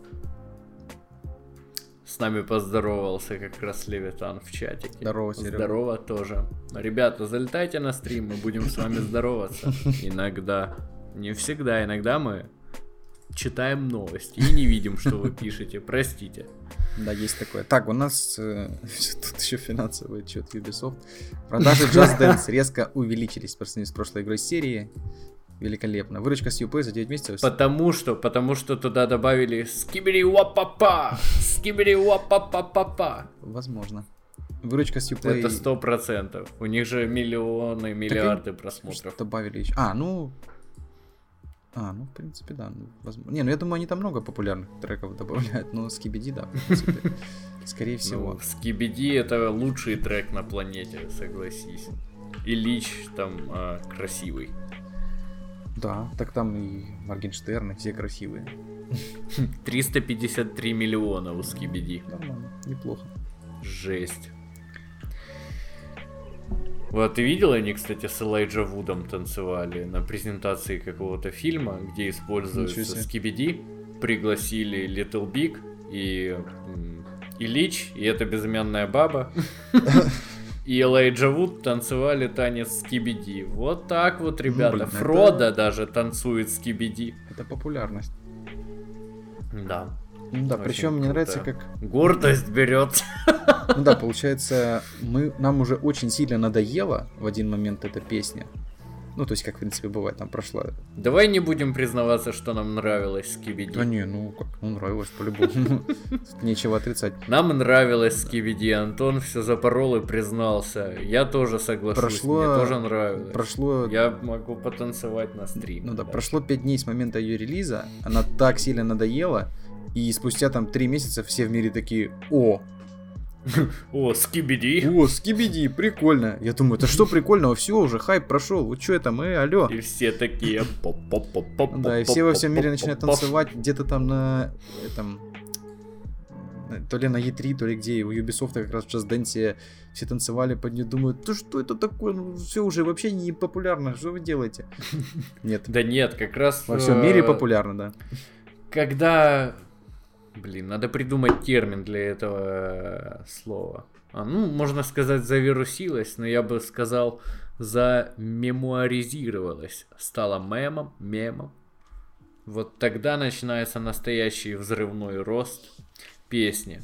С нами поздоровался как раз Левитан в чатике. Здорово, Серега. Здорово тоже. Ребята, залетайте на стрим, мы будем с вами здороваться. Иногда. Не всегда, иногда мы читаем новости и не видим, что вы пишете. Простите. Да, есть такое. Так, у нас тут еще финансовый отчет Ubisoft. Продажи Just Dance резко увеличились по сравнению с прошлой игрой серии. Великолепно. Выручка с UP за 9 месяцев. Потому что туда добавили скибири-уа-па-па. Скибири-уа-па-па-па-па. Возможно. Выручка с UP... Это 100%. У них же миллионы, миллиарды просмотров. Добавили еще... ну, в принципе, да. Возможно. Не, я думаю, они там много популярных треков добавляют, но Skibidi, да, в принципе, скорее всего. Ну, Skibidi это лучший трек на планете, согласись. И Лич там красивый. Да, так там и Моргенштерн, и все красивые. 353 миллиона у Skibidi. Нормально, неплохо. Жесть. Вот ты видел, они, кстати, с Элайджа Вудом танцевали на презентации какого-то фильма, где используется Skibidi. Пригласили Little Big и Лич, и эта безымянная баба. И Элайджа Вуд танцевали танец Skibidi. Вот так вот, ребята. Фродо даже танцует Skibidi. Это популярность. Да. Да, причем мне нравится, как... Гордость берет. Ну да, получается, нам уже очень сильно надоела в один момент эта песня. Ну, то есть, как, в принципе, бывает, там прошло... Давай не будем признаваться, что нам нравилось Skibidi. Да не, ну, как, ну, нравилось по-любому. Нечего отрицать. Нам нравилось Skibidi, Антон все запорол и признался. Я тоже соглашусь, мне тоже нравилось. Я могу потанцевать на стриме. Ну да, прошло 5 дней с момента ее релиза, она так сильно надоела, и спустя там 3 месяца все в мире такие: о, Skibidi. О, Skibidi, прикольно. Я думаю, это что прикольного? Все, уже хайп прошел. Вот что это мы, алло. И все такие поп-поп-поп-поп. Да, и все во всем мире начинают танцевать где-то там на этом... То ли на E3, то ли где, у Ubisoft как раз в Just Dance все танцевали под нее, думают, да что это такое, ну все уже вообще не популярно, что вы делаете? Нет. Да нет, как раз... Во всем мире популярно, да. Когда... Блин, надо придумать термин для этого слова. Ну, можно сказать, завирусилась, но я бы сказал, замемуаризировалась. Стала мемом. Вот тогда начинается настоящий взрывной рост песни.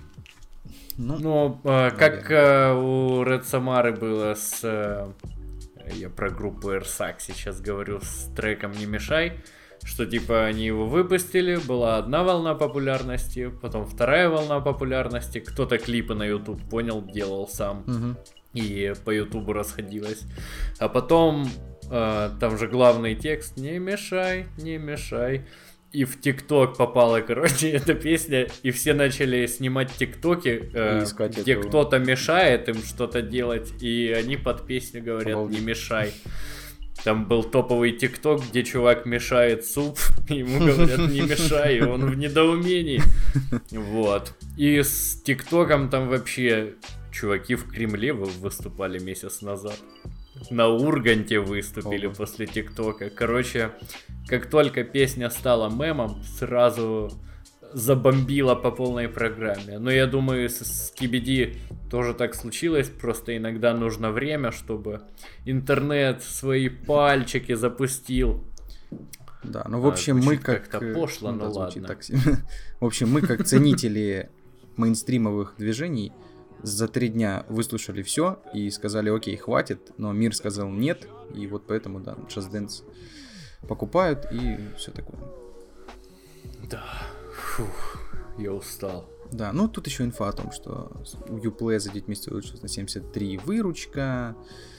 Как у Red Samara было с... Я про группу Ersak сейчас говорю, с треком «Не мешай». Что типа они его выпустили, была одна волна популярности, потом вторая волна популярности, кто-то клипы на YouTube понял, делал сам, и по YouTube расходилось. А потом там же главный текст «Не мешай, не мешай». И в ТикТок попала, короче, эта песня, и все начали снимать ТикТоки, где кто-то мешает им что-то делать, и они под песню говорят «Не мешай». Там был топовый ТикТок, где чувак мешает суп, ему говорят «не мешай», и он в недоумении. Вот. И с ТикТоком там вообще чуваки в Кремле выступали месяц назад. На Урганте выступили после ТикТока. Короче, как только песня стала мемом, сразу забомбила по полной программе. Но я думаю, с Skibidi тоже так случилось, просто иногда нужно время, чтобы интернет свои пальчики запустил. Да, ну в общем мы как-то пошло, ну ладно. В общем мы как ценители мейнстримовых движений за 3 дня выслушали все и сказали: окей, хватит, но мир сказал нет, и вот поэтому, да, Just Dance покупают и все такое. Да. Фух, я устал. Да, ну тут еще инфа о том, что у Uplay за 9 месяцев улучшилась на 73 выручка.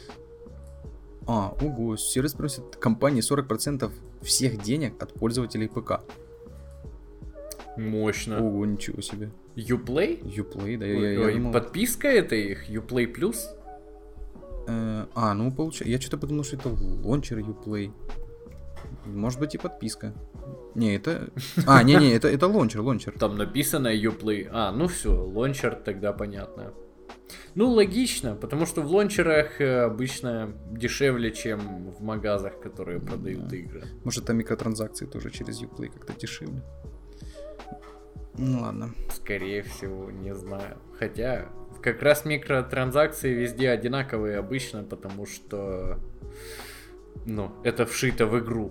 Ого, сервис просит компании 40% всех денег от пользователей ПК. Мощно. Ого, ничего себе. Uplay? Uplay, да. Я думал... Подписка это их? Uplay Plus? Ну получается. Я что-то подумал, что это лончер Uplay. Может быть и подписка. Не, это... это лончер. Там написано Uplay. Ну все, лончер, тогда понятно. Ну, логично, потому что в лончерах обычно дешевле, чем в магазах, которые продают игры. Может, там микротранзакции тоже через Uplay как-то дешевле. Ну ладно. Скорее всего, не знаю. Хотя, как раз микротранзакции везде одинаковые обычно, потому что... это вшито в игру.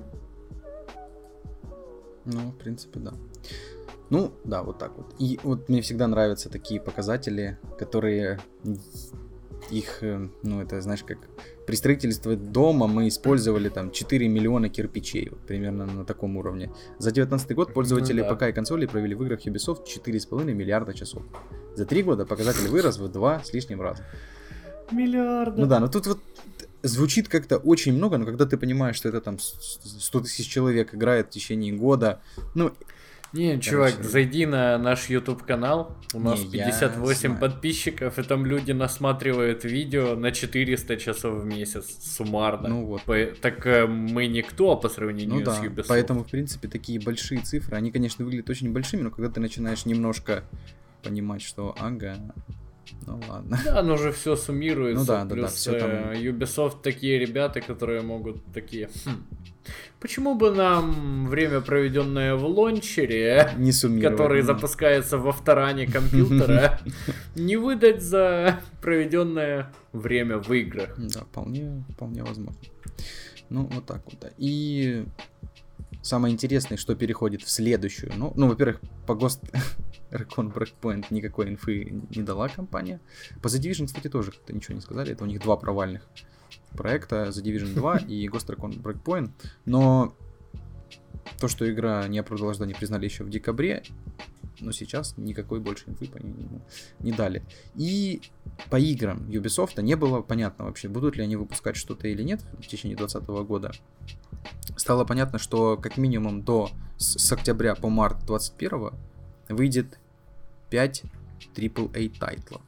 Ну, в принципе, да. Ну, да, вот так вот. И вот мне всегда нравятся такие показатели, которые их, это, знаешь, как при строительстве дома мы использовали там 4 миллиона кирпичей, вот, примерно на таком уровне. За 2019 год пользователи ПК и консолей провели в играх Ubisoft 4,5 миллиарда часов. За 3 года показатель вырос в 2 с лишним раза. Миллиарда. Ну да, но тут вот звучит как-то очень много, но когда ты понимаешь, что это там 100 тысяч человек играет в течение года, чувак, зайди на наш YouTube канал, у нас 58 подписчиков, и там люди насматривают видео на 400 часов в месяц суммарно. Ну вот. Так мы никто по сравнению с Ubisoft. Поэтому, в принципе, такие большие цифры, они, конечно, выглядят очень большими, но когда ты начинаешь немножко понимать, что ну ладно. Да, оно же все суммируется. Плюс все там... Ubisoft такие ребята, которые могут такие... Почему бы нам время, проведенное в лончере, не который запускается во вторане компьютера, не выдать за проведенное время в играх? Да, вполне возможно. Ну, вот так вот, да. И самое интересное, что переходит в следующую. Во-первых, по Ghost Recon Breakpoint никакой инфы не дала компания. По The Division, кстати, тоже как-то ничего не сказали. Это у них 2 провальных проекта, The Division 2 и Ghost Recon Breakpoint. Но то, что игра не оправдала ожиданий, признали еще в декабре, но сейчас никакой больше инфы по нему не дали. И по играм Ubisoft не было понятно вообще, будут ли они выпускать что-то или нет в течение 2020 года. Стало понятно, что как минимум с октября по март 2021 выйдет 5 AAA тайтлов.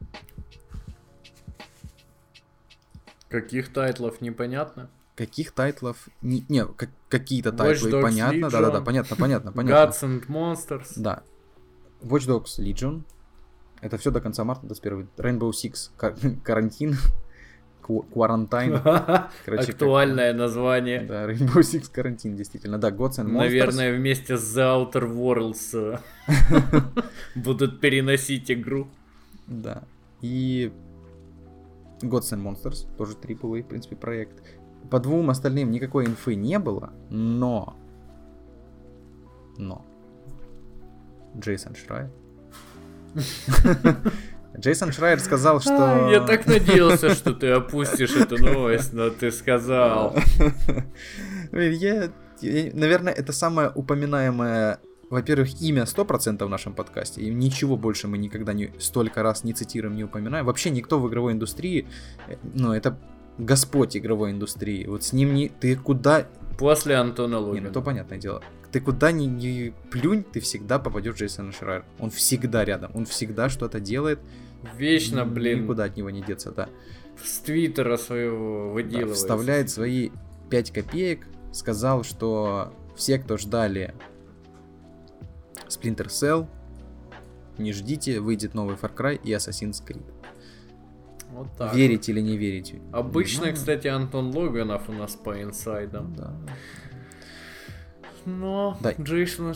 Каких тайтлов непонятно? Каких тайтлов? Какие-то тайтлы, понятно. Да, понятно. Gods and Monsters. Да. Watch Dogs Legion. Это все до конца марта 21. Rainbow Six карантин. Quarantine. Актуальное название. Да, Rainbow Six карантин, действительно. Да, Gods and Monsters. Наверное, вместе с The Outer Worlds будут переносить игру. Да. И Gods and Monsters, тоже AAA, в принципе, проект. По 2 остальным никакой инфы не было, но Джейсон Шрайер. Джейсон Шрайер сказал, что... Я так надеялся, что ты опустишь эту новость, но ты сказал. Наверное, это самое упоминаемое, во-первых, имя 100% в нашем подкасте, и ничего больше мы никогда столько раз не цитируем, не упоминаем. Вообще никто в игровой индустрии, это Господь игровой индустрии. Вот с ним ты куда... После Антона Логина. То понятное дело. Ты куда ни плюнь, ты всегда попадешь в Джейсона Шрайера. Он всегда рядом, он всегда что-то делает. Вечно, блин. Никуда от него не деться, да. С Твиттера своего выделывается. Да, вставляет свои 5 копеек. Сказал, что все, кто ждали Splinter Cell, не ждите, выйдет новый Far Cry и Assassin's Creed. Вот так. Верить или не верить? Обычно, кстати, Антон Логинов у нас по инсайдам. Да. Но да. Джейсон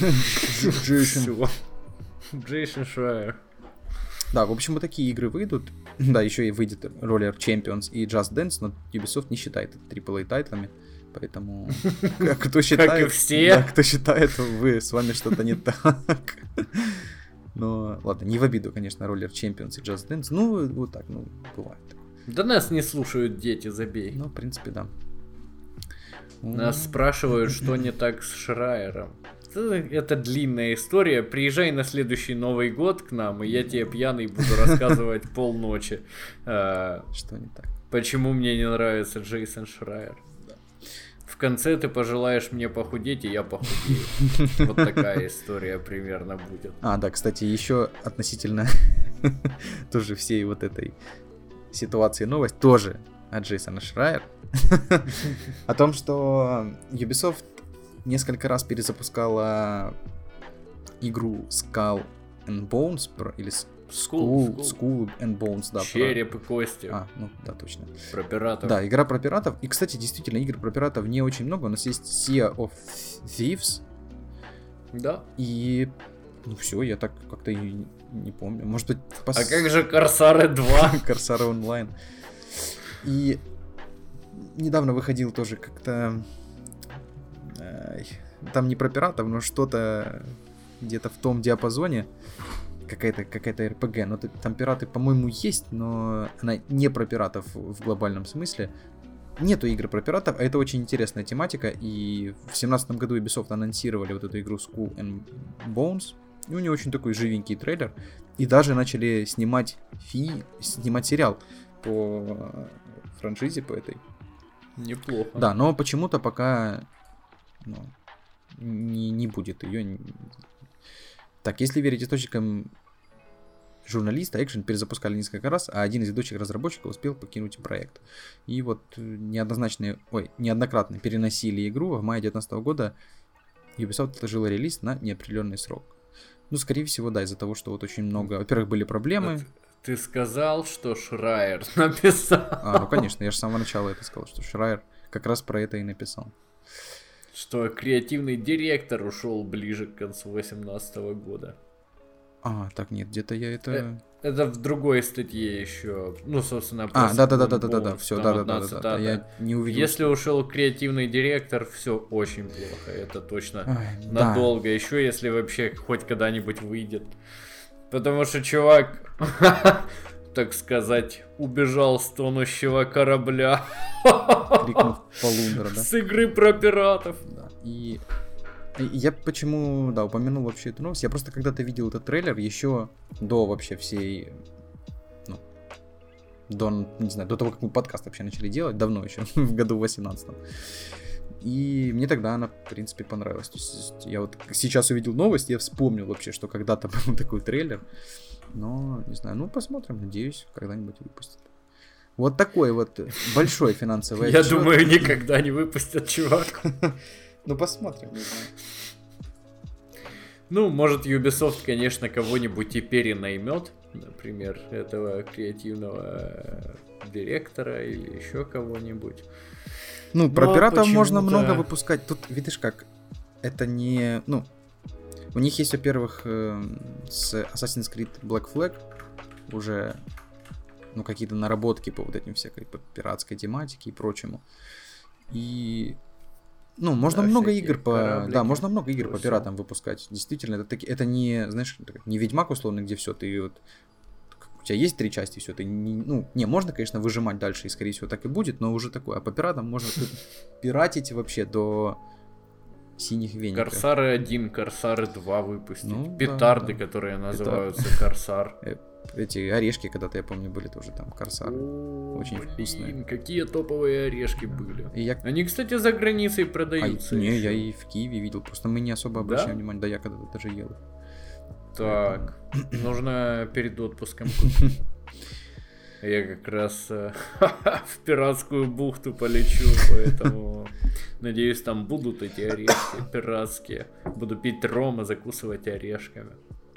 Шрайер. Да, в общем, вот такие игры выйдут. Да, еще и выйдет Roller Champions и Just Dance, но Ubisoft не считает это AAA тайтлами. Поэтому, кто считает... Как и все. Да, кто считает, с вами что-то не так. Но, ладно, не в обиду, конечно, Roller Champions и Just Dance. Ну, вот так, бывает. Да нас не слушают дети, забей. Ну, в принципе, да. Нас спрашивают, что не так с Шрайером. Это длинная история. Приезжай на следующий Новый год к нам, и я тебе пьяный буду рассказывать полночи. Что не так? Почему мне не нравится Джейсон Шрайер. В конце ты пожелаешь мне похудеть, и я похудею. Вот такая история примерно будет. Да, кстати, еще относительно тоже всей вот этой ситуации новость, тоже от Джейсона Шрайера. О том, что Ubisoft несколько раз перезапускала игру Skull and Bones, или Skull and Bones, да. Череп и кости. Да, точно. Про пиратов. Да, игра про пиратов. И, кстати, действительно, игр про пиратов не очень много. У нас есть Sea of Thieves. Да. И... все, я так как-то и не помню. Может быть... А как же Корсары 2? Корсары онлайн. И недавно выходил тоже как-то... Там не про пиратов, но что-то где-то в том диапазоне. Какая-то РПГ. Но там пираты, по-моему, есть, но она не про пиратов в глобальном смысле. Нету игры про пиратов, а это очень интересная тематика. И в 2017 году Ubisoft анонсировали вот эту игру Skull and Bones. И у нее очень такой живенький трейлер. И даже начали снимать сериал по франшизе, по этой. Неплохо. Да, но почему-то пока не будет ее. Так, если верить источникам журналиста, Action перезапускали несколько раз, а один из ведущих разработчиков успел покинуть проект. И вот неоднократно переносили игру, а в мае 2019 года Ubisoft отложила релиз на неопределенный срок. Скорее всего, да, из-за того, что вот очень много... Во-первых, были проблемы. Ты сказал, что Шрайер написал. Конечно, я же с самого начала это сказал, что Шрайер как раз про это и написал. Что креативный директор ушел ближе к концу 2018 года. Так, нет, где-то я это... Это в другой статье еще. Ну, собственно, да, все, да. Я не увидел. Если ушел креативный директор, все очень плохо. Это точно надолго. Еще если вообще хоть когда-нибудь выйдет. Потому что чувак, так сказать, убежал с тонущего корабля. Крикнув Полундра, да? С игры про пиратов. Да. И я почему, упомянул вообще эту новость. Я просто когда-то видел этот трейлер еще до вообще всей... до того, как мы подкаст вообще начали делать, давно еще, в году 18-м. И мне тогда она, в принципе, понравилась. То есть я вот сейчас увидел новость, я вспомнил вообще, что когда-то был такой трейлер. Но, не знаю, посмотрим, надеюсь, когда-нибудь выпустят. Вот такой вот большой финансовый отчет. Я думаю, никогда не выпустят, чувак. Посмотрим, не знаю. Может, Ubisoft, конечно, кого-нибудь и перенаймет. Например, этого креативного директора или еще кого-нибудь. Про пиратов можно много выпускать. Тут, видишь как, это не... у них есть, во-первых, с Assassin's Creed Black Flag уже, какие-то наработки по вот этим всякой по пиратской тематике и прочему. И... можно много игр можно много игр по пиратам выпускать. Действительно, это не, знаешь, не Ведьмак условно, где все, ты вот... У тебя есть 3 части, все, ты не, можно, конечно, выжимать дальше, и, скорее всего, так и будет, но уже такое. А по пиратам можно пиратить вообще до синих веников. Корсары 1, Корсары 2 выпустить. Петарды, которые называются Корсар. Эти орешки когда-то, я помню, были тоже там Корсары. Очень вкусные. Какие топовые орешки были. Они, кстати, за границей продаются. Я и в Киеве видел, просто мы не особо обращаем внимание. Да, я когда-то даже ел. Так, нужно перед отпуском купить. Я как раз в пиратскую бухту полечу, поэтому надеюсь, там будут эти орешки пиратские. Буду пить ром и закусывать орешками.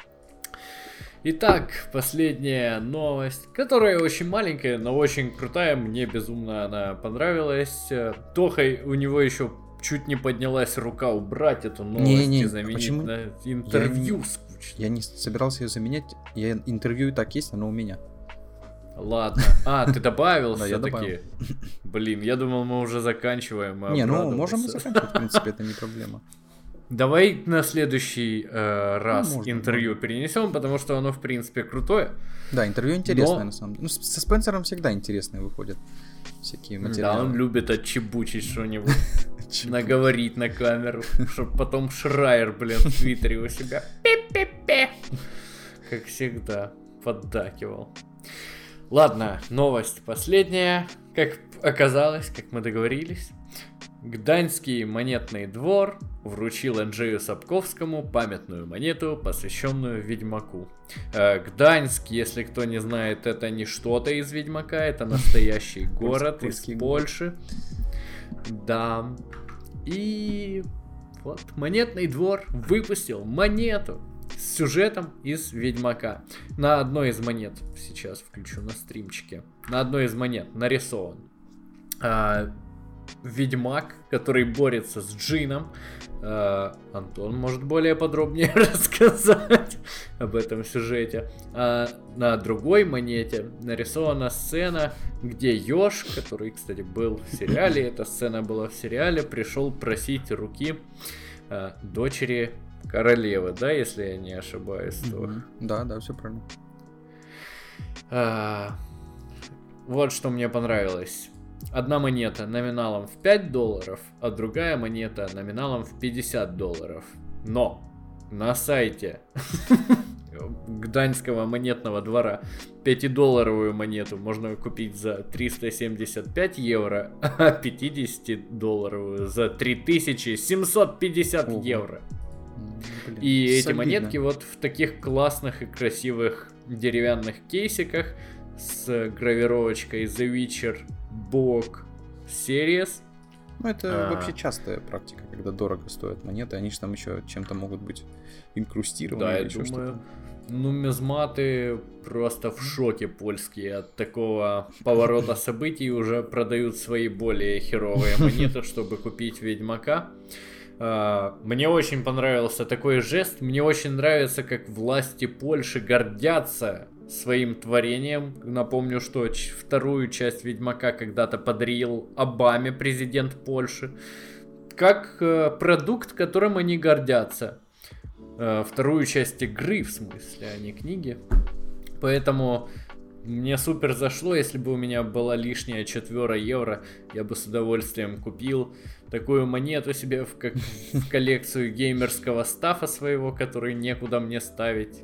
Итак, последняя новость, которая очень маленькая, но очень крутая. Мне безумно она понравилась. Тохой, у него еще чуть не поднялась рука убрать эту новость и заменить на интервью скучно. Я не собирался ее заменять. Интервью и так есть, оно у меня. Ладно. Ты добавил все-таки? Блин, я думал, мы уже заканчиваем. Можем и заканчивать, в принципе, это не проблема. Давай на следующий раз интервью перенесем, потому что оно, в принципе, крутое. Да, интервью интересное, на самом деле. Со Спенсером всегда интересные выходят всякие материалы. Да, он любит отчебучить что-нибудь, наговорить на камеру, чтобы потом Шрайер, в Твиттере у себя пи-пи-пи, как всегда, поддакивал. Ладно, новость последняя. Как оказалось, как мы договорились, Гданьский монетный двор вручил Анджею Сапковскому памятную монету, посвященную Ведьмаку. Гданьск, если кто не знает, это не что-то из Ведьмака, это настоящий город из Польши. Да. И вот монетный двор выпустил монету с сюжетом из Ведьмака. На одной из монет, сейчас включу на стримчике, на одной из монет нарисован Ведьмак, который борется с джинном. Антон может более подробнее рассказать об этом сюжете. На другой монете нарисована сцена, где Ёж, который, кстати, был в сериале, эта сцена была в сериале, пришел просить руки дочери королевы, да, если я не ошибаюсь. Да, все правильно. Вот что мне понравилось. Одна монета номиналом в $5, а другая монета номиналом в $50. Но на сайте Гданьского монетного двора 5-долларовую монету можно купить за 375 евро, а 50-долларовую за 3750 евро. Блин, и эти солидно. монетки вот в таких классных и красивых деревянных кейсиках с гравировочкой The Witcher Book Series. Это вообще частая практика, когда дорого стоят монеты, они же там еще чем-то могут быть инкрустированы. Да, я думаю, нумизматы просто в шоке польские от такого поворота событий, уже продают свои более херовые монеты, чтобы купить Ведьмака. Мне очень понравился такой жест. Мне очень нравится, как власти Польши гордятся своим творением. Напомню, что вторую часть Ведьмака когда-то подарил Обаме, президент Польши. Как продукт, которым они гордятся. Вторую часть игры, в смысле, а не книги. Поэтому мне супер зашло. Если бы у меня была лишняя 4 евро, я бы с удовольствием купил такую монету себе в коллекцию геймерского стафа своего, который некуда мне ставить.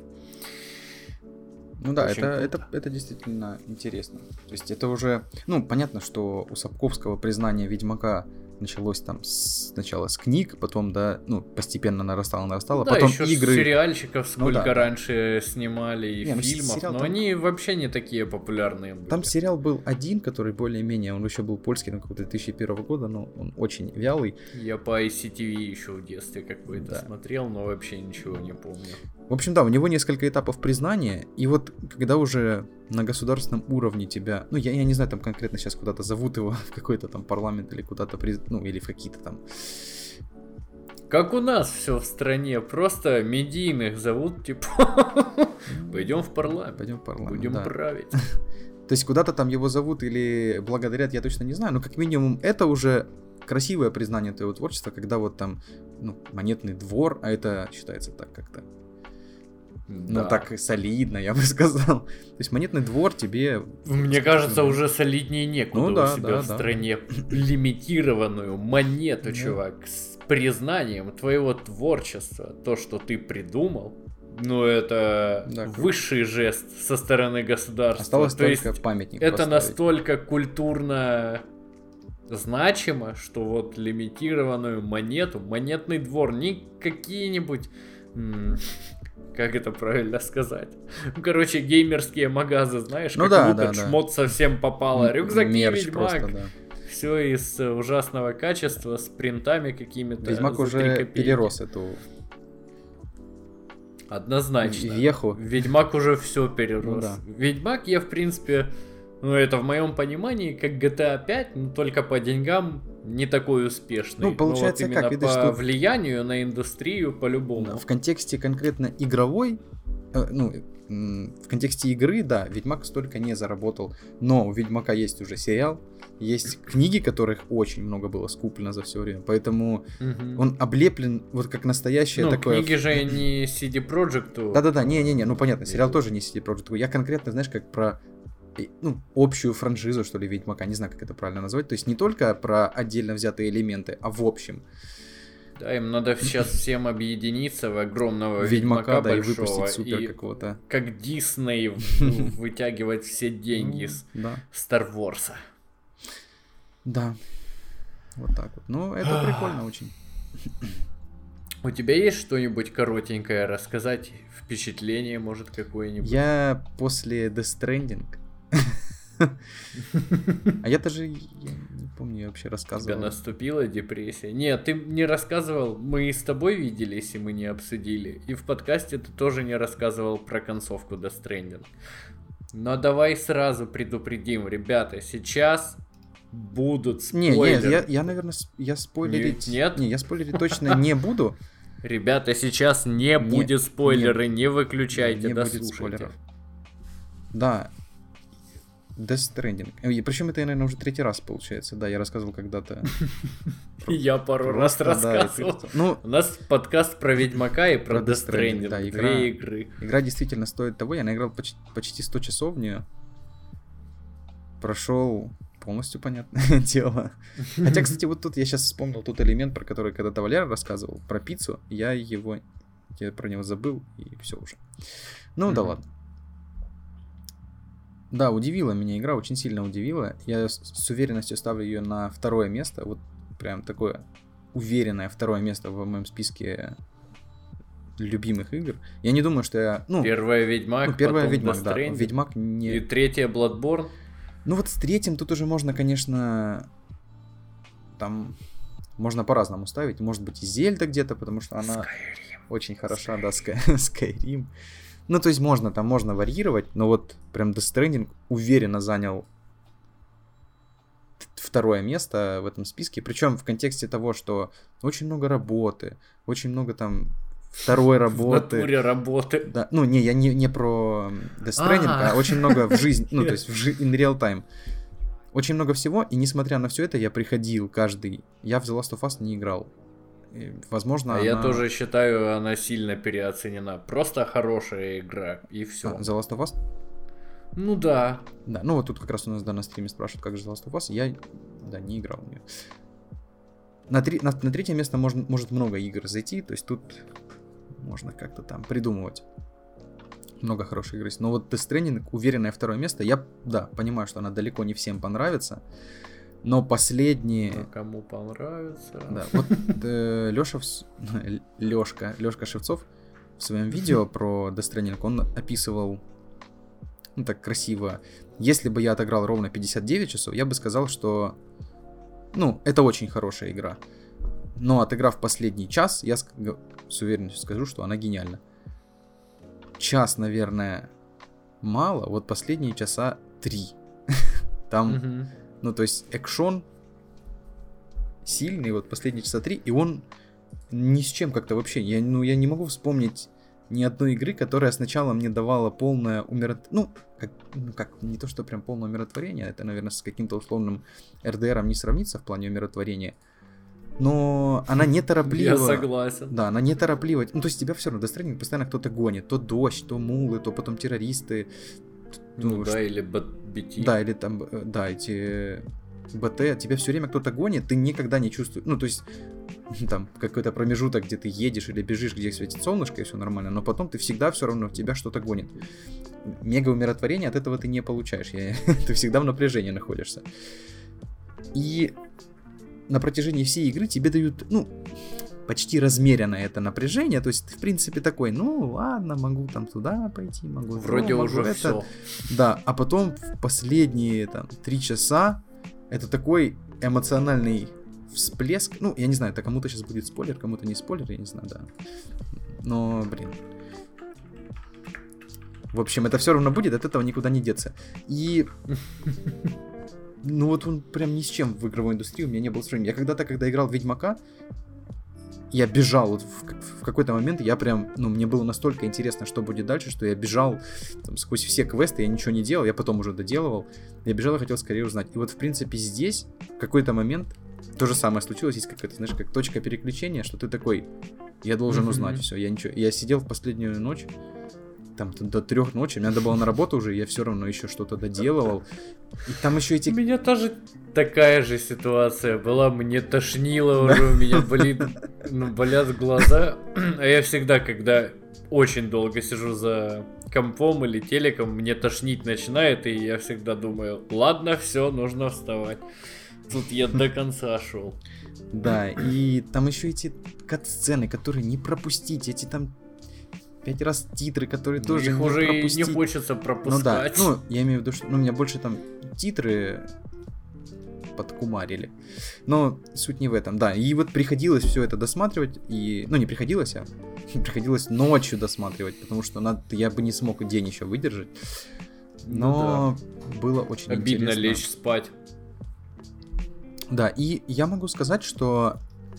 Ну да, это действительно интересно. То есть это уже, ну, понятно, что у Сапковского признание Ведьмака началось там сначала с книг, потом, да, ну, постепенно нарастало, да, потом еще игры. Сериальчиков сколько раньше снимали и фильмов, но там... они вообще не такие популярные были. Там сериал был один, который более-менее, он еще был польский, там какого-то 2001 года, но он очень вялый. Я по ICTV еще в детстве какой-то смотрел, но вообще ничего не помню. В общем, да, у него несколько этапов признания, и вот когда уже на государственном уровне тебя, ну, я не знаю, там конкретно сейчас куда-то зовут его в какой-то там парламент или куда-то, ну, или в какие-то там... Как у нас все в стране, просто медийных зовут, типа, пойдем в парламент, будем править. То есть куда-то там его зовут или благодарят, я точно не знаю, но как минимум это уже красивое признание твоего творчества, когда вот там, ну, монетный двор, а это считается так как-то, ну, так солидно, я бы сказал. То есть монетный двор тебе... Мне кажется, уже солиднее некуда у себя в стране. Лимитированную монету, чувак, с признанием твоего творчества, то, что ты придумал, ну, это высший жест со стороны государства. Осталось только памятник это поставить. Настолько культурно значимо, что вот лимитированную монету, монетный двор, не какие-нибудь... Как это правильно сказать? Ну, короче, геймерские магазы, знаешь, ну, как лупят, шмот совсем попало. Рюкзаки Ведьмак. Просто, все из ужасного качества, с принтами какими-то. Ведьмак уже перерос эту... Однозначно. Веху. Ведьмак уже все перерос. Ну, да. Ведьмак я, в принципе... Ну, это в моем понимании, как GTA 5, но только по деньгам не такой успешный. Ну, получается, но вот именно как, видишь, по тут... влиянию на индустрию по-любому. В контексте конкретно игровой, в контексте игры, да, Ведьмак столько не заработал, но у Ведьмака есть уже сериал, есть книги, которых очень много было скуплено за все время, поэтому он облеплен вот как настоящее такое... Ну, книги же не CD Projekt. Да-да-да, не-не-не, ну понятно, сериал тоже не CD Projekt. Я конкретно, знаешь, как про... ну, общую франшизу, что ли, Ведьмака, не знаю, как это правильно назвать, то есть не только про отдельно взятые элементы, а в общем. Да, им надо сейчас всем объединиться в огромного Ведьмака да, большого, и выпустить супер какого-то. Как Дисней вытягивать все деньги с Star Wars. Да, вот так вот. Ну, это прикольно очень. У тебя есть что-нибудь коротенькое рассказать? Впечатление, может, какое-нибудь? Я после Death Stranding... А я даже не помню, я вообще рассказывал. У тебя наступила депрессия? Нет, ты не рассказывал. Мы и с тобой виделись, и мы не обсудили. И в подкасте ты тоже не рассказывал про концовку Death Stranding. Но давай сразу предупредим, ребята, сейчас будут спойлеры. Не, я наверное, я спойлерить... Нет? Не, я спойлерить точно не буду. Ребята, сейчас не будет спойлеры, не выключайте, не дослушайте. Будет спойлеров. Да. Death Stranding. Причем это, наверное, уже 3-й раз получается. Да, я рассказывал когда-то. Я пару раз рассказывал. У нас подкаст про Ведьмака и про Death Stranding. Да, две игры. Игра действительно стоит того. Я наиграл почти 100 часов в нее. Прошел полностью, понятное дело. Хотя, кстати, вот тут я сейчас вспомнил тот элемент, про который когда-то Валера рассказывал, про пиццу. Я про него забыл, и все уже. Ну да ладно. Да, удивила меня игра, очень сильно удивила. Я с уверенностью ставлю ее на 2-е место. Вот прям такое уверенное 2-е место в моем списке любимых игр. Я не думаю, что я... Первая Ведьмак, первая Ведьмак, да. Ведьмак не... И 3-я Bloodborne. Ну вот с 3-м тут уже можно, конечно... Там можно по-разному ставить. Может быть и Зельда где-то, потому что она очень хороша, да, Skyrim. Ну, то есть можно варьировать, но вот прям Death Stranding уверенно занял второе место в этом списке. Причем в контексте того, что очень много работы, очень много там второй работы. В натуре работы. Да, ну, не, я не про Death Stranding, а очень много в жизни, ну, то есть in real time. Очень много всего, и несмотря на все это, я приходил каждый... Я в The Last of Us не играл. И, возможно, я тоже считаю, она сильно переоценена. Просто хорошая игра, и все. The Last of Us? Ну да. Да, ну вот тут как раз у нас на стриме спрашивают, как же The Last of Us. Я, да, не играл в нее. На третье место может много игр зайти, то есть тут можно как-то там придумывать. Много хороших игр есть. Но вот Death Stranding, уверенное второе место, я, да, понимаю, что она далеко не всем понравится, но последние... А кому понравится? Да, вот Лёшка Шевцов в своем видео про Death Stranding, он описывал, ну так красиво, если бы я отыграл ровно 59 часов, я бы сказал, что, ну, это очень хорошая игра. Но отыграв последний час, я с уверенностью скажу, что она гениальна. Час, наверное, мало, вот последние часа 3. Там, ну, то есть, экшон сильный, вот последние часа 3, и он ни с чем как-то вообще, я не могу вспомнить ни одной игры, которая сначала мне давала полное умиротворение, не то, что прям полное умиротворение, это, наверное, с каким-то условным РДРом не сравнится в плане умиротворения, но она нетороплива. Я согласен. Да, она нетороплива. Ну, то есть тебя все равно Death Stranding постоянно кто-то гонит. То дождь, то мулы, то потом террористы. Ну да, или BT. Да, или там, да, эти БТ. Тебя все время кто-то гонит, ты никогда не чувствуешь. Ну, то есть, там, какой-то промежуток, где ты едешь или бежишь, где светит солнышко, и все нормально, но потом ты всегда все равно в тебя что-то гонит. Мега умиротворение от этого ты не получаешь. Ты всегда в напряжении находишься. И на протяжении всей игры тебе дают, ну, почти размеренное это напряжение, то есть ты, в принципе, такой, ну, ладно, могу там туда пойти, могу... Вроде могу уже это. все. Да, а потом в последние, там, 3 часа это такой эмоциональный всплеск, ну, я не знаю, это кому-то сейчас будет спойлер, кому-то не спойлер, я не знаю, да. Но, блин. В общем, это все равно будет, от этого никуда не деться. И... Ну вот он прям ни с чем в игровой индустрии у меня не был сравнен. Я когда-то, когда играл в Ведьмака, я бежал вот в какой-то момент, я прям, ну, мне было настолько интересно, что будет дальше, что я бежал там, сквозь все квесты, я ничего не делал, я потом уже доделывал, я бежал и хотел скорее узнать. И вот, в принципе, здесь в какой-то момент то же самое случилось, есть какая-то, знаешь, как точка переключения, что ты такой, я должен узнать все, я ничего. Я сидел в последнюю ночь, там до 3 ночи, мне надо было на работу уже, я все равно еще что-то доделывал. И там еще эти... У меня тоже такая же ситуация была, мне тошнило уже, у меня болят глаза. А я всегда, когда очень долго сижу за компом или телеком, мне тошнить начинает, и я всегда думаю, ладно, все, нужно вставать. Тут я до конца шел. Да, и там еще эти кат-сцены, которые не пропустить, эти там 5 раз титры, которые тоже их не уже пропустить. Не хочется пропускать. Ну да, ну я имею в виду, что меня больше там титры подкумарили. Но суть не в этом, да. И вот приходилось все это досматривать, и... Ну не приходилось, а приходилось ночью досматривать, потому что я бы не смог день еще выдержать. Но было очень обидно интересно. Лечь спать. Да, и я могу сказать, что...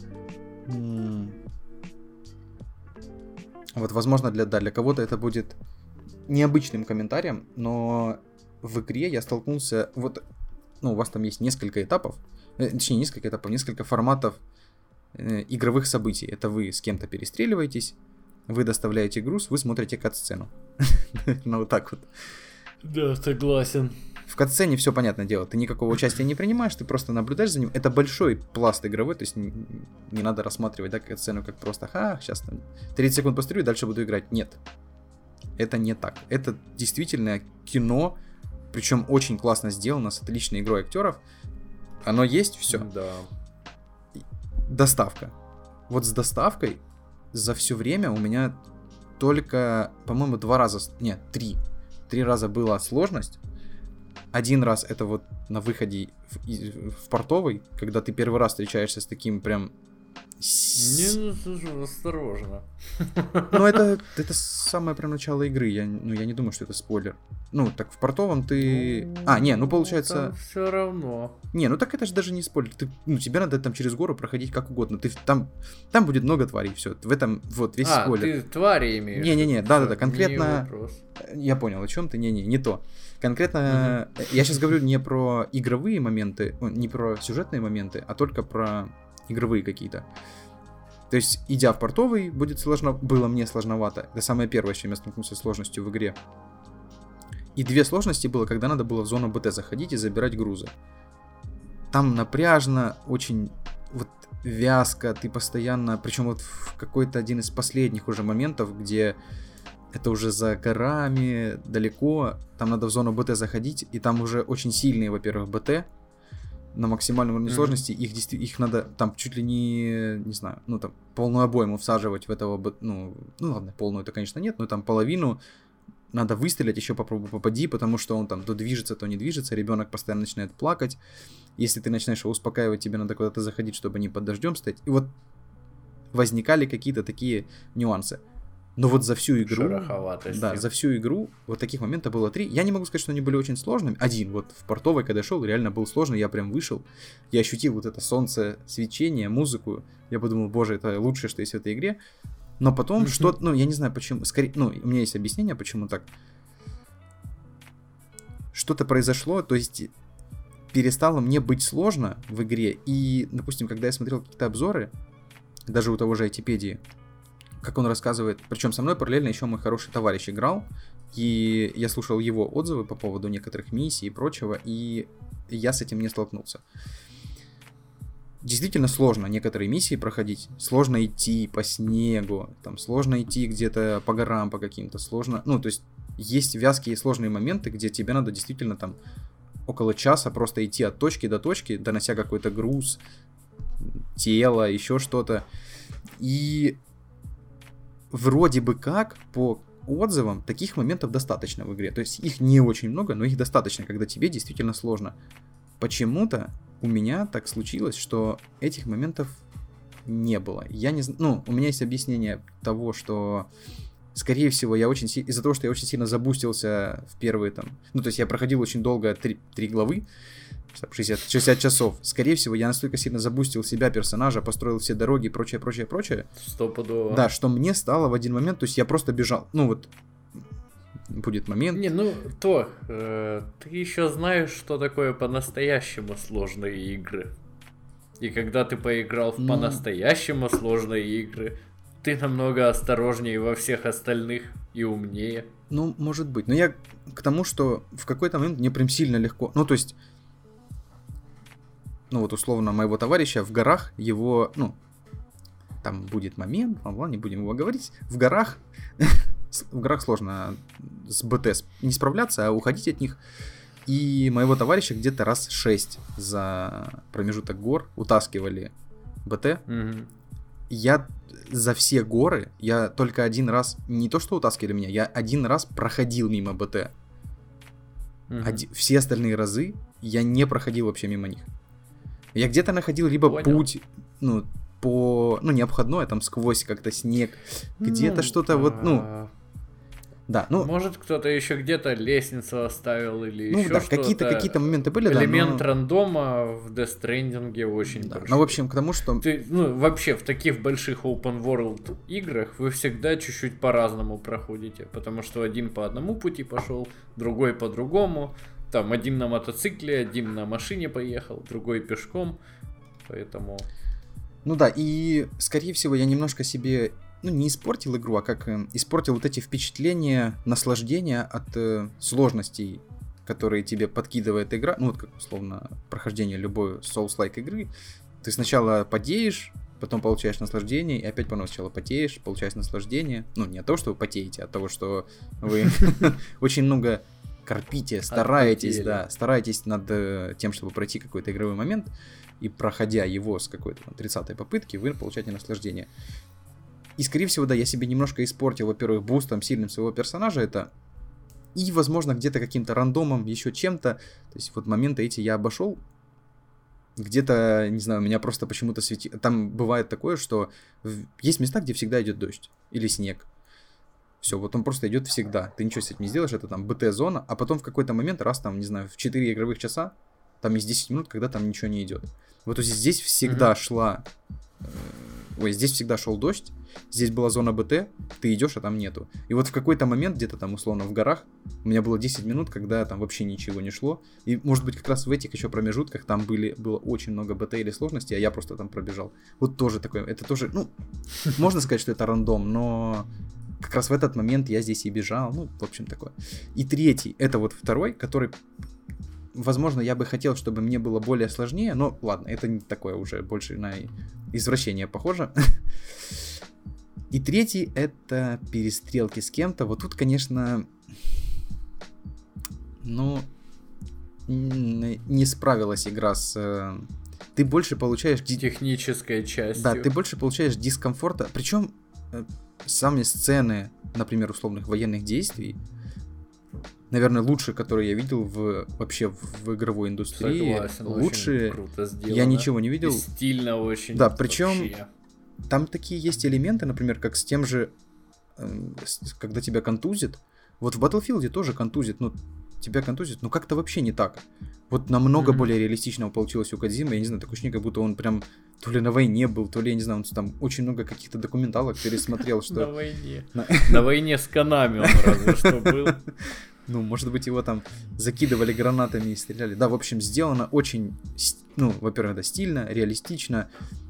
Вот, возможно, для кого-то это будет необычным комментарием, но в игре я столкнулся... Вот, ну, у вас там есть несколько этапов, точнее, несколько форматов игровых событий. Это вы с кем-то перестреливаетесь, вы доставляете груз, вы смотрите кат-сцену. Наверное, вот так вот. Да, согласен. В кат-сцене все понятное дело, ты никакого участия не принимаешь, ты просто наблюдаешь за ним. Это большой пласт игровой, то есть не надо рассматривать, да, кат-сцену как просто, сейчас там 30 секунд пострелю и дальше буду играть. Нет, это не так. Это действительно кино, причем очень классно сделано, с отличной игрой актеров. Оно есть, все. Да. Доставка. Вот с доставкой за все время у меня только, по-моему, 3 раза была сложность. Один раз это вот на выходе в портовой, когда ты первый раз встречаешься с таким прям Осторожно. Ну, это самое прям начало игры. Я не думаю, что это спойлер. Ну, так в портовом ты... получается... Все равно. Так это же даже не спойлер. Тебе надо там через гору проходить как угодно. Там будет много тварей, все. В этом вот весь спойлер. Ты твари имеешь? Не, да, конкретно... Я понял, о чем ты. Не то. Конкретно, я сейчас говорю не про игровые моменты, не про сюжетные моменты, а только про игровые какие-то. То есть, идя в портовый, было мне сложновато. Это самое первое, с чем я столкнулся с сложностью в игре. И 2 сложности было, когда надо было в зону БТ заходить и забирать грузы. Там напряжно, очень вот вязко, ты постоянно... Причем вот в какой-то один из последних уже моментов, где это уже за горами, далеко, там надо в зону БТ заходить, и там уже очень сильные, во-первых, БТ, на максимальном уровне сложности, их надо там чуть ли не знаю, там полную обойму всаживать в этого, ладно, полную это, конечно, нет, но там половину надо выстрелить, еще попробуй попади, потому что он там то движется, то не движется, ребенок постоянно начинает плакать, если ты начинаешь его успокаивать, тебе надо куда-то заходить, чтобы не под дождем стоять, и вот возникали какие-то такие нюансы. Но вот за всю игру... Да, за всю игру вот таких моментов было 3. Я не могу сказать, что они были очень сложными. Один, вот в портовой, когда шел, реально был сложный. Я прям вышел, я ощутил вот это солнце, свечение, музыку. Я подумал, боже, это лучшее, что есть в этой игре. Но потом что-то... я не знаю, почему... Скорее, у меня есть объяснение, почему так. Что-то произошло, то есть перестало мне быть сложно в игре. И, допустим, когда я смотрел какие-то обзоры, даже у того же Айтипедии, как он рассказывает, причем со мной параллельно еще мой хороший товарищ играл, и я слушал его отзывы по поводу некоторых миссий и прочего, и я с этим не столкнулся. Действительно сложно некоторые миссии проходить, сложно идти по снегу, там сложно идти где-то по горам по каким-то, сложно, то есть есть вязкие и сложные моменты, где тебе надо действительно там около часа просто идти от точки до точки, донося какой-то груз, тело, еще что-то, и вроде бы как, по отзывам, таких моментов достаточно в игре. То есть их не очень много, но их достаточно, когда тебе действительно сложно. Почему-то у меня так случилось, что этих моментов не было. Я не знаю, у меня есть объяснение того, что, скорее всего, из-за того, что я очень сильно забустился в первые там... то есть я проходил очень долго 3 главы, 60 часов. Скорее всего, я настолько сильно забустил себя, персонажа, построил все дороги и прочее. Стопудово. Да, что мне стало в один момент, то есть я просто бежал. Будет момент. Ты еще знаешь, что такое по-настоящему сложные игры. И когда ты поиграл в по-настоящему сложные игры, ты намного осторожнее во всех остальных и умнее. Может быть. Но я к тому, что в какой-то момент мне прям сильно легко... то есть... условно, моего товарища в горах, его, там будет момент, не будем его говорить, в горах сложно с БТ не справляться, а уходить от них, и моего товарища где-то раз 6 за промежуток гор утаскивали БТ. Я за все горы, я только один раз, не то что утаскивали меня, я один раз проходил мимо БТ. Все остальные разы я не проходил вообще мимо них. Я где-то находил либо путь, не обходной, а там сквозь как-то снег, где-то что-то да, Может, кто-то еще где-то лестницу оставил или еще да, что-то. Какие-то моменты были, элемент рандома в Death Stranding очень большой. В общем, к тому, что... Вообще, в таких больших open world играх вы всегда чуть-чуть по-разному проходите, потому что один по одному пути пошел, другой по другому. Там один на мотоцикле, один на машине поехал, другой пешком, поэтому... и, скорее всего, я немножко себе, не испортил игру, а как испортил вот эти впечатления, наслаждения от сложностей, которые тебе подкидывает игра, как, условно, прохождение любой Souls-like игры. Ты сначала потеешь, потом получаешь наслаждение, и опять сначала потеешь, получаешь наслаждение. Не от того, что вы потеете, а от того, что вы очень много... корпите, стараетесь над тем, чтобы пройти какой-то игровой момент, и проходя его с какой-то 30-й попытки, вы получаете наслаждение. И, скорее всего, я себе немножко испортил, во-первых, бустом сильным своего персонажа это, и, возможно, где-то каким-то рандомом, еще чем-то, то есть моменты эти я обошел, Где-то, не знаю, меня просто почему-то светит. Там бывает такое, что есть места, где всегда идет дождь или снег. Все, вот он просто идет всегда. Ты ничего с этим не сделаешь, это там БТ-зона, а потом в какой-то момент, раз там, не знаю, в 4 игровых часа, там есть 10 минут, когда там ничего не идет. Вот здесь всегда здесь всегда шел дождь, здесь была зона БТ, ты идешь, а там нету. И вот в какой-то момент, где-то там условно в горах, у меня было 10 минут, когда там вообще ничего не шло. И может быть как раз в этих еще промежутках там было очень много БТ или сложностей, а я просто там пробежал. Вот тоже такое, это тоже, можно сказать, что это рандом, но как раз в этот момент я здесь и бежал, в общем такое. И третий, это вот второй, который... Возможно, я бы хотел, чтобы мне было более сложнее, но ладно, это не такое уже, больше на извращение похоже. И третий — это перестрелки с кем-то. Вот тут, конечно, не справилась игра с... Ты больше получаешь... технической частью. Да, ты больше получаешь дискомфорта. Причем сами сцены, например, условных военных действий, наверное, лучшие, которые я видел вообще в игровой индустрии. Согласен, лучше. Очень круто сделано. Я ничего не видел. И стильно очень. Да, причем вообще. Там такие есть элементы, например, как с тем же, когда тебя контузит. Вот в Battlefield тоже контузит, тебя контузит, как-то вообще не так. Вот намного более реалистичного получилось у Кодзимы. Я не знаю, такое ощущение, как будто он прям то ли на войне был, то ли, я не знаю, он там очень много каких-то документалок пересмотрел, что... На войне. На войне с Konami он разве что был. Может быть, его там закидывали гранатами и стреляли. Да, в общем, сделано очень, во-первых, да, стильно, реалистично,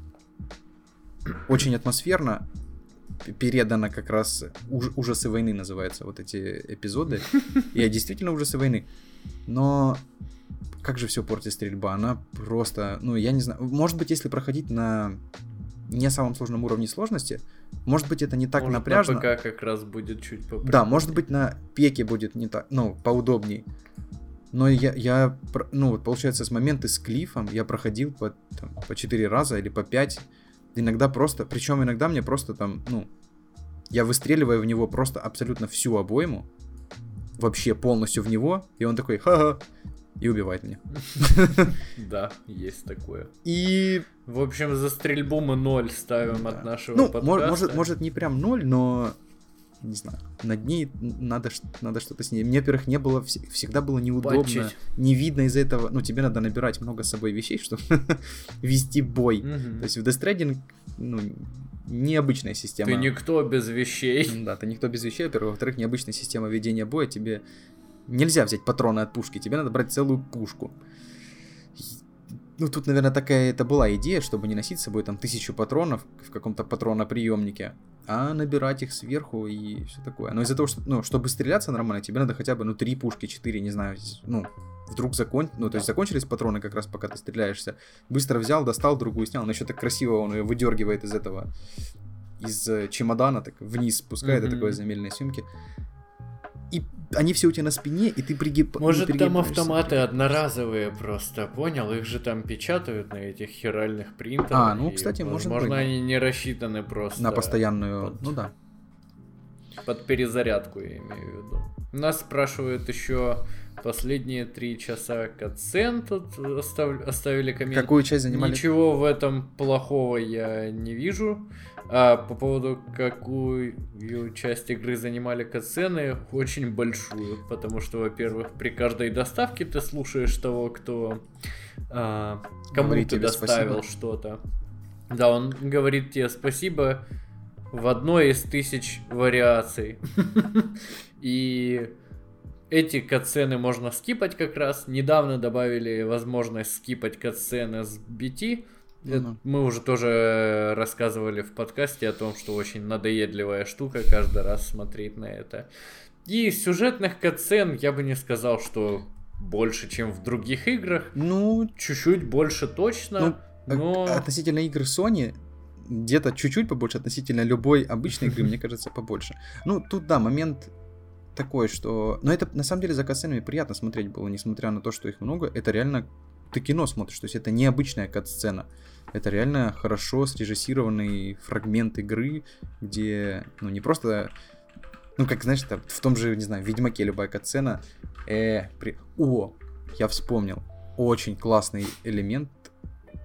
очень атмосферно. Передано как раз ужасы войны, называются вот эти эпизоды. И действительно ужасы войны. Но как же все портит стрельба? Она просто, я не знаю. Может быть, если проходить на не самом сложном уровне сложности, может быть, это не так напряжно. На ПК как раз будет чуть попрыгнуть. Да, может быть, на пеке будет не так, поудобней. Но я получается, с момента с клифом я проходил по 4 раза или по 5. Иногда просто, причем иногда мне просто я выстреливаю в него просто абсолютно всю обойму, вообще полностью в него, и он такой, ха-ха, и убивает меня. Да, есть такое. И... В общем, за стрельбу мы 0 ставим от нашего подкаста. Может не прям 0, но... Не знаю, над ней надо что-то с ней. Мне, во-первых, не было, всегда было неудобно, не видно из-за этого. Тебе надо набирать много с собой вещей, чтобы вести бой. То есть в Death Stranding, необычная система. Ты никто без вещей. Да, ты никто без вещей, во-первых. Во-вторых, необычная система ведения боя. Тебе нельзя взять патроны от пушки, тебе надо брать целую пушку. Тут, наверное, такая это была идея, чтобы не носить с собой 1000 патронов в каком-то патроноприемнике, а набирать их сверху и все такое. Но из-за того, что, чтобы стреляться нормально, тебе надо хотя бы, 3 пушки, 4, не знаю, вдруг то есть закончились патроны как раз, пока ты стреляешься. Быстро взял, достал, другую снял, но еще так красиво он ее выдергивает из чемодана, так вниз спускает, это такой из замедленной съемки. И они все у тебя на спине, и ты Может, там автоматы одноразовые просто, понял? Их же там печатают на этих хиральных принтерах. Кстати, может быть. Возможно, они не рассчитаны просто... На постоянную, да. Под перезарядку, я имею в виду. Нас спрашивают еще последние 3 часа катсцен, тут оставили коммент. Какую часть занимали? Ничего в этом плохого я не вижу. А по поводу, какую часть игры занимали катсцены, очень большую. Потому что, во-первых, при каждой доставке ты слушаешь того, кто кому ты доставил что-то. Да, он говорит тебе спасибо в одной из 1000 вариаций. И эти катсцены можно скипать как раз. Недавно добавили возможность скипать катсцены с BT. Мы уже тоже рассказывали в подкасте о том, что очень надоедливая штука каждый раз смотреть на это. И сюжетных катсцен я бы не сказал, что больше, чем в других играх. Чуть-чуть больше точно. Но... Относительно игр Sony где-то чуть-чуть побольше, относительно любой обычной игры, мне кажется, побольше. Тут, да, момент такой, что... Но это, на самом деле, за катсценами приятно смотреть было, несмотря на то, что их много. Это реально... Ты кино смотришь, то есть это необычная катсцена. Это реально хорошо срежиссированный фрагмент игры, где, не просто... как, знаешь, в том же, не знаю, в Ведьмаке любая катсцена. Я вспомнил. Очень классный элемент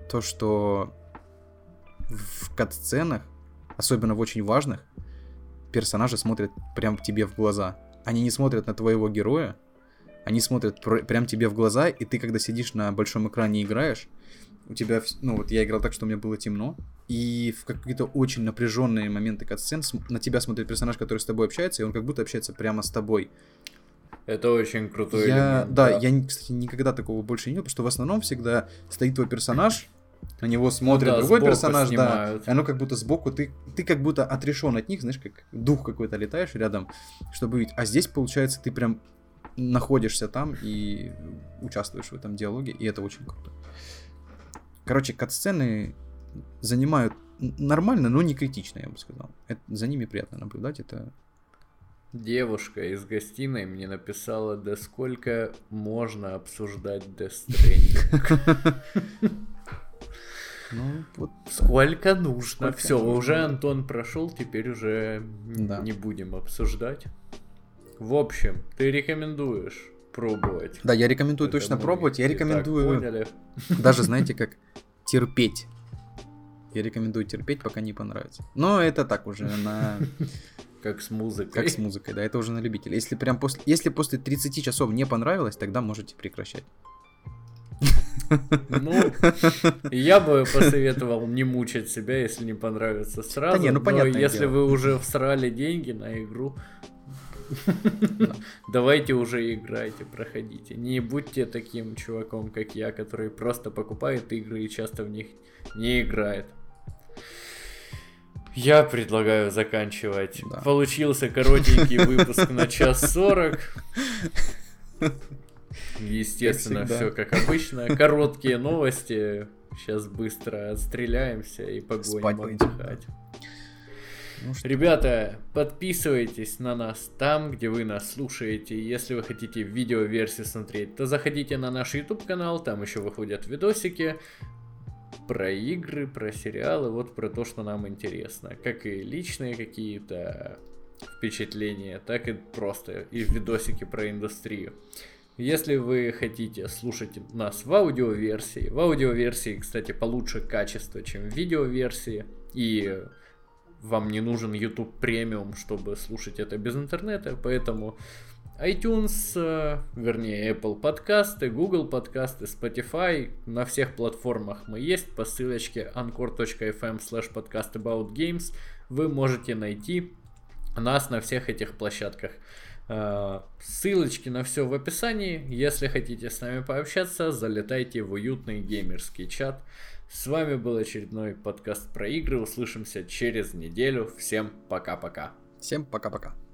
то, что в кат-сценах, особенно в очень важных, персонажи смотрят прям тебе в глаза. Они не смотрят на твоего героя, они смотрят прям тебе в глаза, и ты, когда сидишь на большом экране и играешь, у тебя, ну вот я играл так, что у меня было темно, и в какие-то очень напряженные моменты кат-сцен на тебя смотрит персонаж, который с тобой общается, и он как будто общается прямо с тобой. Это очень крутой элемент. Да, я, кстати, никогда такого больше не видел, потому что в основном всегда стоит твой персонаж, на него смотрит другой персонаж, снимают. Да, и оно как будто сбоку, ты как будто отрешен от них, знаешь, как дух какой-то летаешь рядом, чтобы видеть. А здесь, получается, ты прям находишься там и участвуешь в этом диалоге, и это очень круто. Короче, кат-сцены занимают нормально, но не критично, я бы сказал. За ними приятно наблюдать, это... Девушка из гостиной мне написала, да сколько можно обсуждать Death Stranding. Ну, вот. Сколько нужно. Все, уже Антон прошел, теперь уже не будем обсуждать. В общем, ты рекомендуешь пробовать? Да, я рекомендую точно пробовать. Я рекомендую даже, знаете, как терпеть. Я рекомендую терпеть, пока не понравится. Но это так уже на... Как с музыкой. Как с музыкой, да, это уже на любителя. Если после 30 часов не понравилось, тогда можете прекращать. Ну, я бы посоветовал не мучать себя, если не понравится сразу. Да не, ну понятное но если дело. вы уже всрали деньги на игру, давайте уже играйте, проходите. Не будьте таким чуваком, как я, который просто покупает игры и часто в них не играет. Я предлагаю заканчивать. Да. Получился коротенький выпуск на 1:40. Естественно, все как обычно. Короткие новости. Сейчас быстро отстреляемся и погоним отдыхать. Ну, ребята, подписывайтесь на нас там, где вы нас слушаете. Если вы хотите видеоверсии смотреть, то заходите на наш YouTube канал. Там еще выходят видосики про игры, про сериалы, вот про то, что нам интересно. Как и личные какие-то впечатления, так и просто и видосики про индустрию. Если вы хотите слушать нас в аудиоверсии, кстати, получше качество, чем в видеоверсии, и вам не нужен YouTube премиум, чтобы слушать это без интернета, поэтому iTunes, вернее Apple подкасты, Google подкасты, Spotify, на всех платформах мы есть, по ссылочке anchor.fm/podcastaboutgames вы можете найти нас на всех этих площадках. Ссылочки на все в описании. Если хотите с нами пообщаться, залетайте в уютный геймерский чат. С вами был очередной подкаст про игры. Услышимся через неделю. Всем пока-пока. Всем пока-пока.